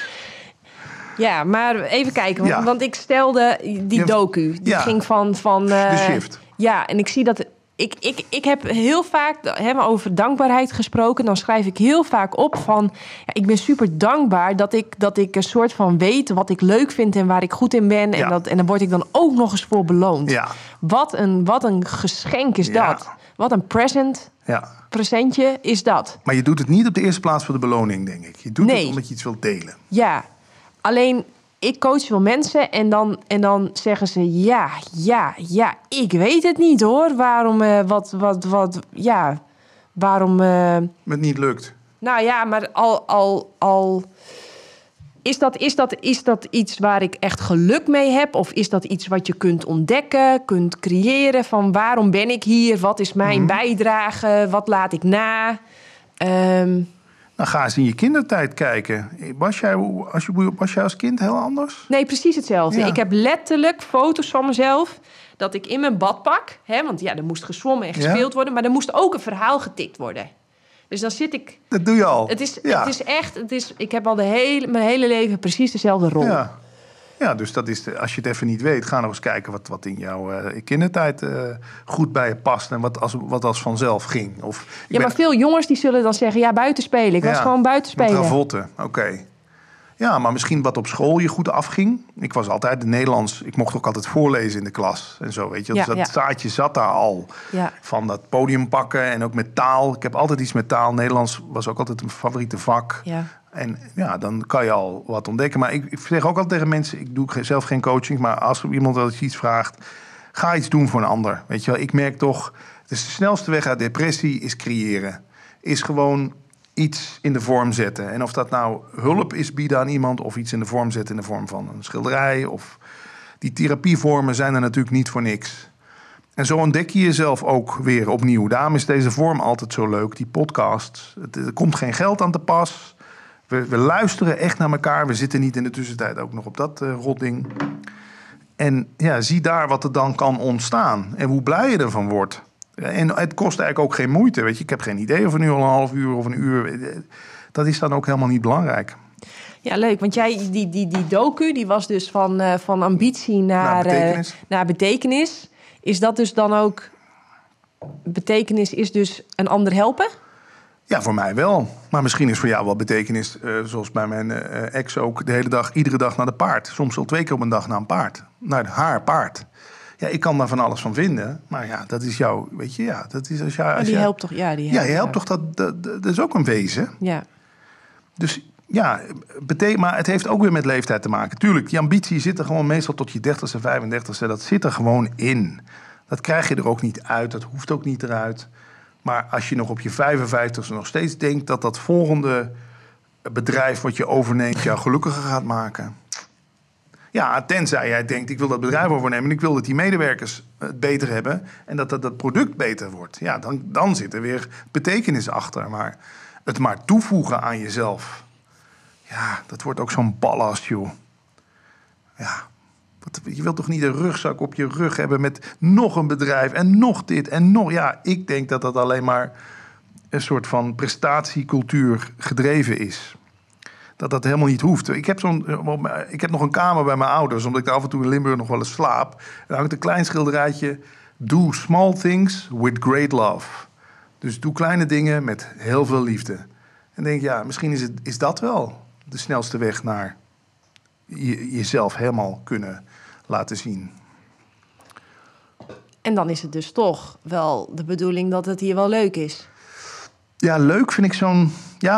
B: Ja, maar even kijken. Want ik stelde die docu. Die ging van
A: The Shift.
B: Ja, en ik zie dat... Ik heb heel vaak over dankbaarheid gesproken. Dan schrijf ik heel vaak op van... Ja, ik ben super dankbaar dat ik een soort van weet wat ik leuk vind en waar ik goed in ben. En daar word ik dan ook nog eens voor beloond. Ja. Wat een geschenk is dat. Wat een presentje is dat.
A: Maar je doet het niet op de eerste plaats voor de beloning, denk ik. Je doet het omdat je iets wilt delen.
B: Ja, alleen... Ik coach veel mensen en dan zeggen ze... Ja, ik weet het niet hoor. Waarom, waarom...
A: Het niet lukt.
B: Nou ja, maar al... Is dat iets waar ik echt geluk mee heb? Of is dat iets wat je kunt ontdekken, kunt creëren? Van waarom ben ik hier? Wat is mijn bijdrage? Wat laat ik na?
A: Dan ga eens in je kindertijd kijken. Was jij als kind heel anders?
B: Nee, precies hetzelfde. Ja. Ik heb letterlijk foto's van mezelf dat ik in mijn badpak... want er moest gezwommen en gespeeld worden... maar er moest ook een verhaal getikt worden. Dus dan zit ik...
A: Dat doe je al.
B: Het is echt... Ik heb al mijn hele leven precies dezelfde rol.
A: Ja, dus dat is als je het even niet weet, ga nog eens kijken wat in jouw kindertijd goed bij je past en wat als vanzelf ging.
B: Maar veel jongens die zullen dan zeggen, ja, buiten spelen. Ik was gewoon buiten spelen.
A: Met ravotten, oké. Ja, maar misschien wat op school je goed afging. Ik was altijd Nederlands. Ik mocht ook altijd voorlezen in de klas en zo, weet je. Dus dat zaadje zat daar al. Ja. Van dat podium pakken en ook met taal. Ik heb altijd iets met taal. Nederlands was ook altijd mijn favoriete vak. Ja. En ja, dan kan je al wat ontdekken. Maar ik zeg ook altijd tegen mensen, ik doe zelf geen coaching, maar als iemand wel iets vraagt, ga iets doen voor een ander. Weet je wel, ik merk toch, de snelste weg uit depressie is creëren. Is gewoon iets in de vorm zetten. En of dat nou hulp is bieden aan iemand of iets in de vorm zetten in de vorm van een schilderij. Of die therapievormen zijn er natuurlijk niet voor niks. En zo ontdek je jezelf ook weer opnieuw. Daarom is deze vorm altijd zo leuk, die podcast. Er komt geen geld aan te pas. We luisteren echt naar elkaar. We zitten niet in de tussentijd ook nog op dat rotding. En ja, zie daar wat er dan kan ontstaan. En hoe blij je ervan wordt. En het kost eigenlijk ook geen moeite. Weet je, ik heb geen idee of er nu al een half uur of een uur. Dat is dan ook helemaal niet belangrijk.
B: Ja, leuk. Want jij, die docu, die was dus van ambitie naar betekenis. Is dat dus dan ook... Betekenis is dus een ander helpen?
A: Ja, voor mij wel. Maar misschien is voor jou wel betekenis, zoals bij mijn ex ook, de hele dag, iedere dag naar de paard. Soms al 2 keer op een dag naar een paard. Naar haar paard. Ja, ik kan daar van alles van vinden. Maar ja, dat is jouw, weet je, ja, dat is als jij...
B: die helpt toch? Ja,
A: je helpt toch, dat is ook een wezen.
B: Ja.
A: Dus ja, maar het heeft ook weer met leeftijd te maken. Tuurlijk, die ambitie zit er gewoon meestal tot je 30ste, 35ste. Dat zit er gewoon in. Dat krijg je er ook niet uit. Dat hoeft ook niet eruit. Maar als je nog op je 55ste nog steeds denkt dat volgende bedrijf wat je overneemt jou gelukkiger gaat maken. Ja, tenzij jij denkt, ik wil dat bedrijf overnemen en ik wil dat die medewerkers het beter hebben en dat product beter wordt. Ja, dan zit er weer betekenis achter. Maar het maar toevoegen aan jezelf, ja, dat wordt ook zo'n ballast, joh. Ja, je wilt toch niet een rugzak op je rug hebben met nog een bedrijf en nog dit en nog. Ja, ik denk dat dat alleen maar een soort van prestatiecultuur gedreven is. Dat helemaal niet hoeft. Ik heb nog een kamer bij mijn ouders, omdat ik af en toe in Limburg nog wel eens slaap. En dan hangt een klein schilderijtje. Do small things with great love. Dus doe kleine dingen met heel veel liefde. En denk, ja, misschien is dat wel de snelste weg naar jezelf helemaal kunnen laten zien.
B: En dan is het dus toch wel de bedoeling dat het hier wel leuk is.
A: Ja, leuk vind ik zo'n...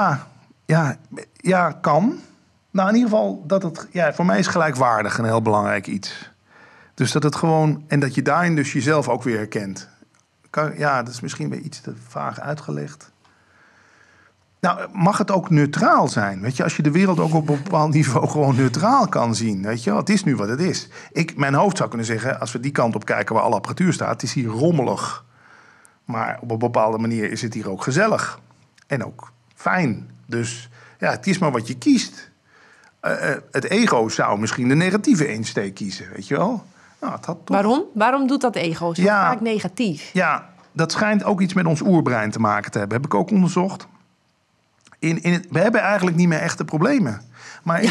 A: Ja, kan. Nou, in ieder geval, voor mij is gelijkwaardig een heel belangrijk iets. Dus dat het gewoon... En dat je daarin dus jezelf ook weer herkent. Dat is misschien weer iets te vaag uitgelegd. Nou, mag het ook neutraal zijn? Weet je, als je de wereld ook op een bepaald niveau gewoon neutraal kan zien. Weet je, het is nu wat het is. Mijn hoofd zou kunnen zeggen, als we die kant op kijken waar alle apparatuur staat, het is hier rommelig. Maar op een bepaalde manier is het hier ook gezellig. En ook fijn. Dus ja, het is maar wat je kiest. Het ego zou misschien de negatieve insteek kiezen, weet je wel? Nou, het had toch...
B: Waarom? Waarom doet dat ego zo vaak negatief? Ja,
A: dat schijnt ook iets met ons oerbrein te maken te hebben. Heb ik ook onderzocht. We hebben eigenlijk niet meer echte problemen. Maar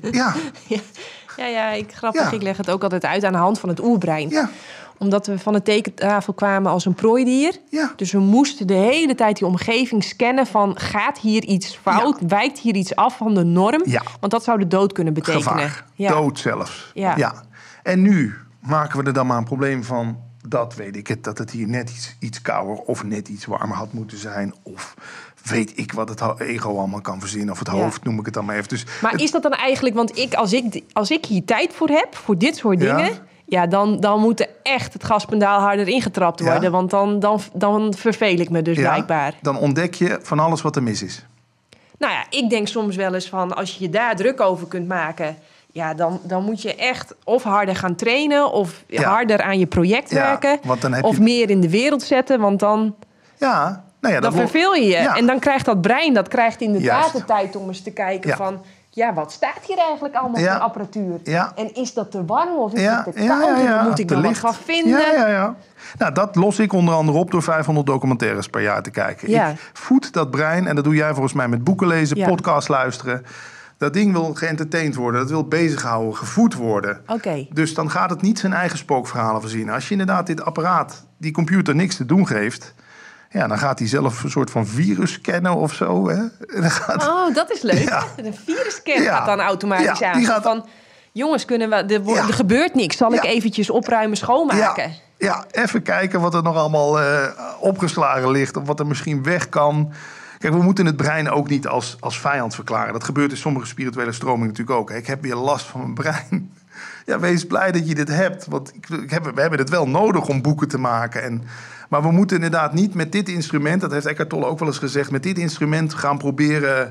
B: ik leg het ook altijd uit aan de hand van het oerbrein.
A: Ja.
B: Omdat we van de tekentafel kwamen als een prooidier.
A: Ja.
B: Dus we moesten de hele tijd die omgeving scannen van... gaat hier iets fout? Ja. Wijkt hier iets af van de norm?
A: Ja.
B: Want dat zou de dood kunnen betekenen.
A: Gevaar.
B: Ja.
A: Dood zelfs. Ja. En nu maken we er dan maar een probleem van... dat weet ik het, dat het hier net iets kouder of net iets warmer had moeten zijn... of weet ik wat het ego allemaal kan verzinnen... of het hoofd, noem ik het dan maar even. Dus
B: maar is dat dan eigenlijk... want als ik hier tijd voor heb, voor dit soort dingen... Ja, dan moet er echt het gaspedaal harder ingetrapt worden. Ja. Want dan verveel ik me dus blijkbaar.
A: Dan ontdek je van alles wat er mis is.
B: Nou ja, ik denk soms wel eens van... als je je daar druk over kunt maken... ja, dan moet je echt of harder gaan trainen... of harder aan je project werken... of meer in de wereld zetten, want dan...
A: Ja,
B: dan verveel je je.
A: Ja.
B: En dan krijgt dat brein, dat krijgt inderdaad de tijd om eens te kijken van... Ja, wat staat hier eigenlijk allemaal voor apparatuur? Ja. En is dat te warm of is het te koud? Moet ik dan wat gaan vinden?
A: Ja. Nou, dat los ik onder andere op door 500 documentaires per jaar te kijken. Ja. Ik voed dat brein, en dat doe jij volgens mij met boeken lezen, podcast luisteren. Dat ding wil geëntertained worden, dat wil bezighouden, gevoed worden.
B: Okay.
A: Dus dan gaat het niet zijn eigen spookverhalen verzinnen. Als je inderdaad dit apparaat, die computer, niks te doen geeft... Ja, dan gaat hij zelf een soort van virus scannen of zo. Hè? En dan
B: Oh, dat is leuk. Ja. Een virusscan gaat dan automatisch aan. Van, jongens, er gebeurt niks. Zal ik eventjes opruimen, schoonmaken?
A: Ja, even kijken wat er nog allemaal opgeslagen ligt. Of wat er misschien weg kan. Kijk, we moeten het brein ook niet als vijand verklaren. Dat gebeurt in sommige spirituele stromingen natuurlijk ook. Ik heb weer last van mijn brein. Ja, wees blij dat je dit hebt. Want we hebben het wel nodig om boeken te maken. Maar we moeten inderdaad niet met dit instrument... dat heeft Eckhart Tolle ook wel eens gezegd... met dit instrument gaan proberen...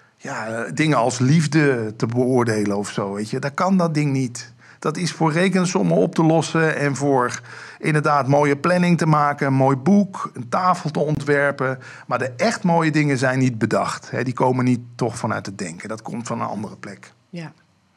A: dingen als liefde te beoordelen of zo. Weet je? Dat kan dat ding niet. Dat is voor rekensommen op te lossen... en voor inderdaad mooie planning te maken... een mooi boek, een tafel te ontwerpen. Maar de echt mooie dingen zijn niet bedacht. Hè? Die komen niet toch vanuit het denken. Dat komt van een andere plek.
B: Ja.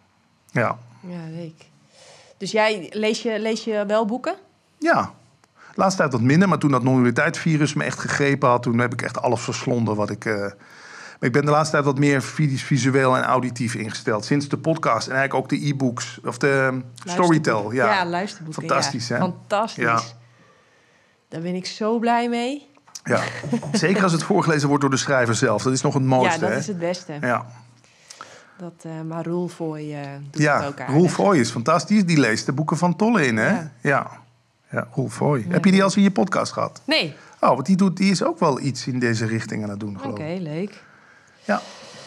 A: Ja,
B: weet ik. Dus jij lees je wel boeken?
A: Ja. De laatste tijd wat minder, maar toen dat non-dualiteit-virus me echt gegrepen had... toen heb ik echt alles verslonden wat ik... ik ben de laatste tijd wat meer visueel en auditief ingesteld. Sinds de podcast en eigenlijk ook de e-books of de Storytel.
B: Ja, luisterboeken.
A: Fantastisch, hè?
B: Fantastisch. Ja. Daar ben ik zo blij mee.
A: Ja, zeker als het voorgelezen wordt door de schrijver zelf. Dat is nog het mooiste,
B: Ja, dat is het beste.
A: Ja.
B: Maar Roel Foy doet het ook aardig.
A: Roel Foy is fantastisch. Die leest de boeken van Tolle in, hè? Ja, Roel Foy. Ja. Heb je die al eens in je podcast gehad?
B: Nee.
A: Oh, want die is ook wel iets in deze richting aan het doen, geloof ik.
B: Oké, leuk.
A: Ja.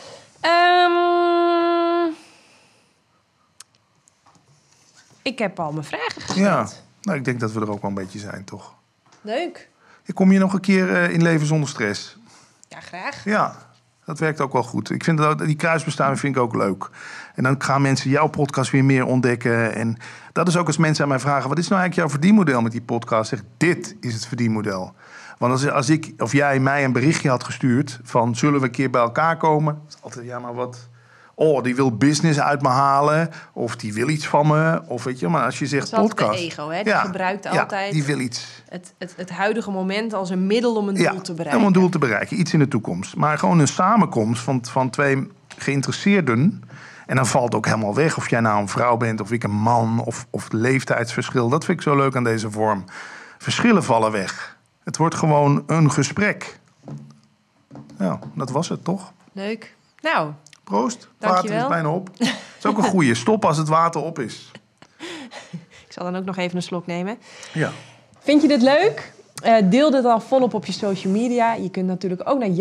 B: Ik heb al mijn vragen gesteld.
A: Ja, nou, ik denk dat we er ook wel een beetje zijn, toch?
B: Leuk.
A: Kom je nog een keer in Leven zonder stress?
B: Ja, graag.
A: Ja. Dat werkt ook wel goed. Ik vind die kruisbestuiving vind ik ook leuk. En dan gaan mensen jouw podcast weer meer ontdekken. En dat is ook als mensen aan mij vragen... wat is nou eigenlijk jouw verdienmodel met die podcast? Zeg, dit is het verdienmodel. Want als ik of jij mij een berichtje had gestuurd... van zullen we een keer bij elkaar komen? Dat is altijd, ja, maar wat... Oh, die wil business uit me halen. Of die wil iets van me. Of weet je, maar als je zegt podcast...
B: Dat is de ego, hè? Die gebruikt altijd...
A: die wil iets.
B: Het huidige moment als een middel om een doel te bereiken.
A: Om een doel te bereiken. Iets in de toekomst. Maar gewoon een samenkomst van twee geïnteresseerden... En dan valt ook helemaal weg of jij nou een vrouw bent... of ik een man, of leeftijdsverschil. Dat vind ik zo leuk aan deze vorm. Verschillen vallen weg. Het wordt gewoon een gesprek. Ja, dat was het, toch?
B: Leuk. Nou...
A: Proost,
B: dankjewel.
A: Water is bijna op. Het is ook een goeie. Stop als het water op is.
B: Ik zal dan ook nog even een slok nemen.
A: Ja.
B: Vind je dit leuk? Deel dit dan volop op je social media. Je kunt natuurlijk ook naar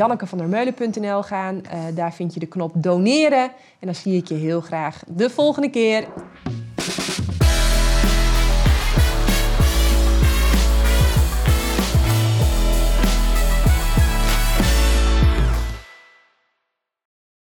B: jannekevandermeulen.nl gaan. Daar vind je de knop doneren. En dan zie ik je heel graag de volgende keer.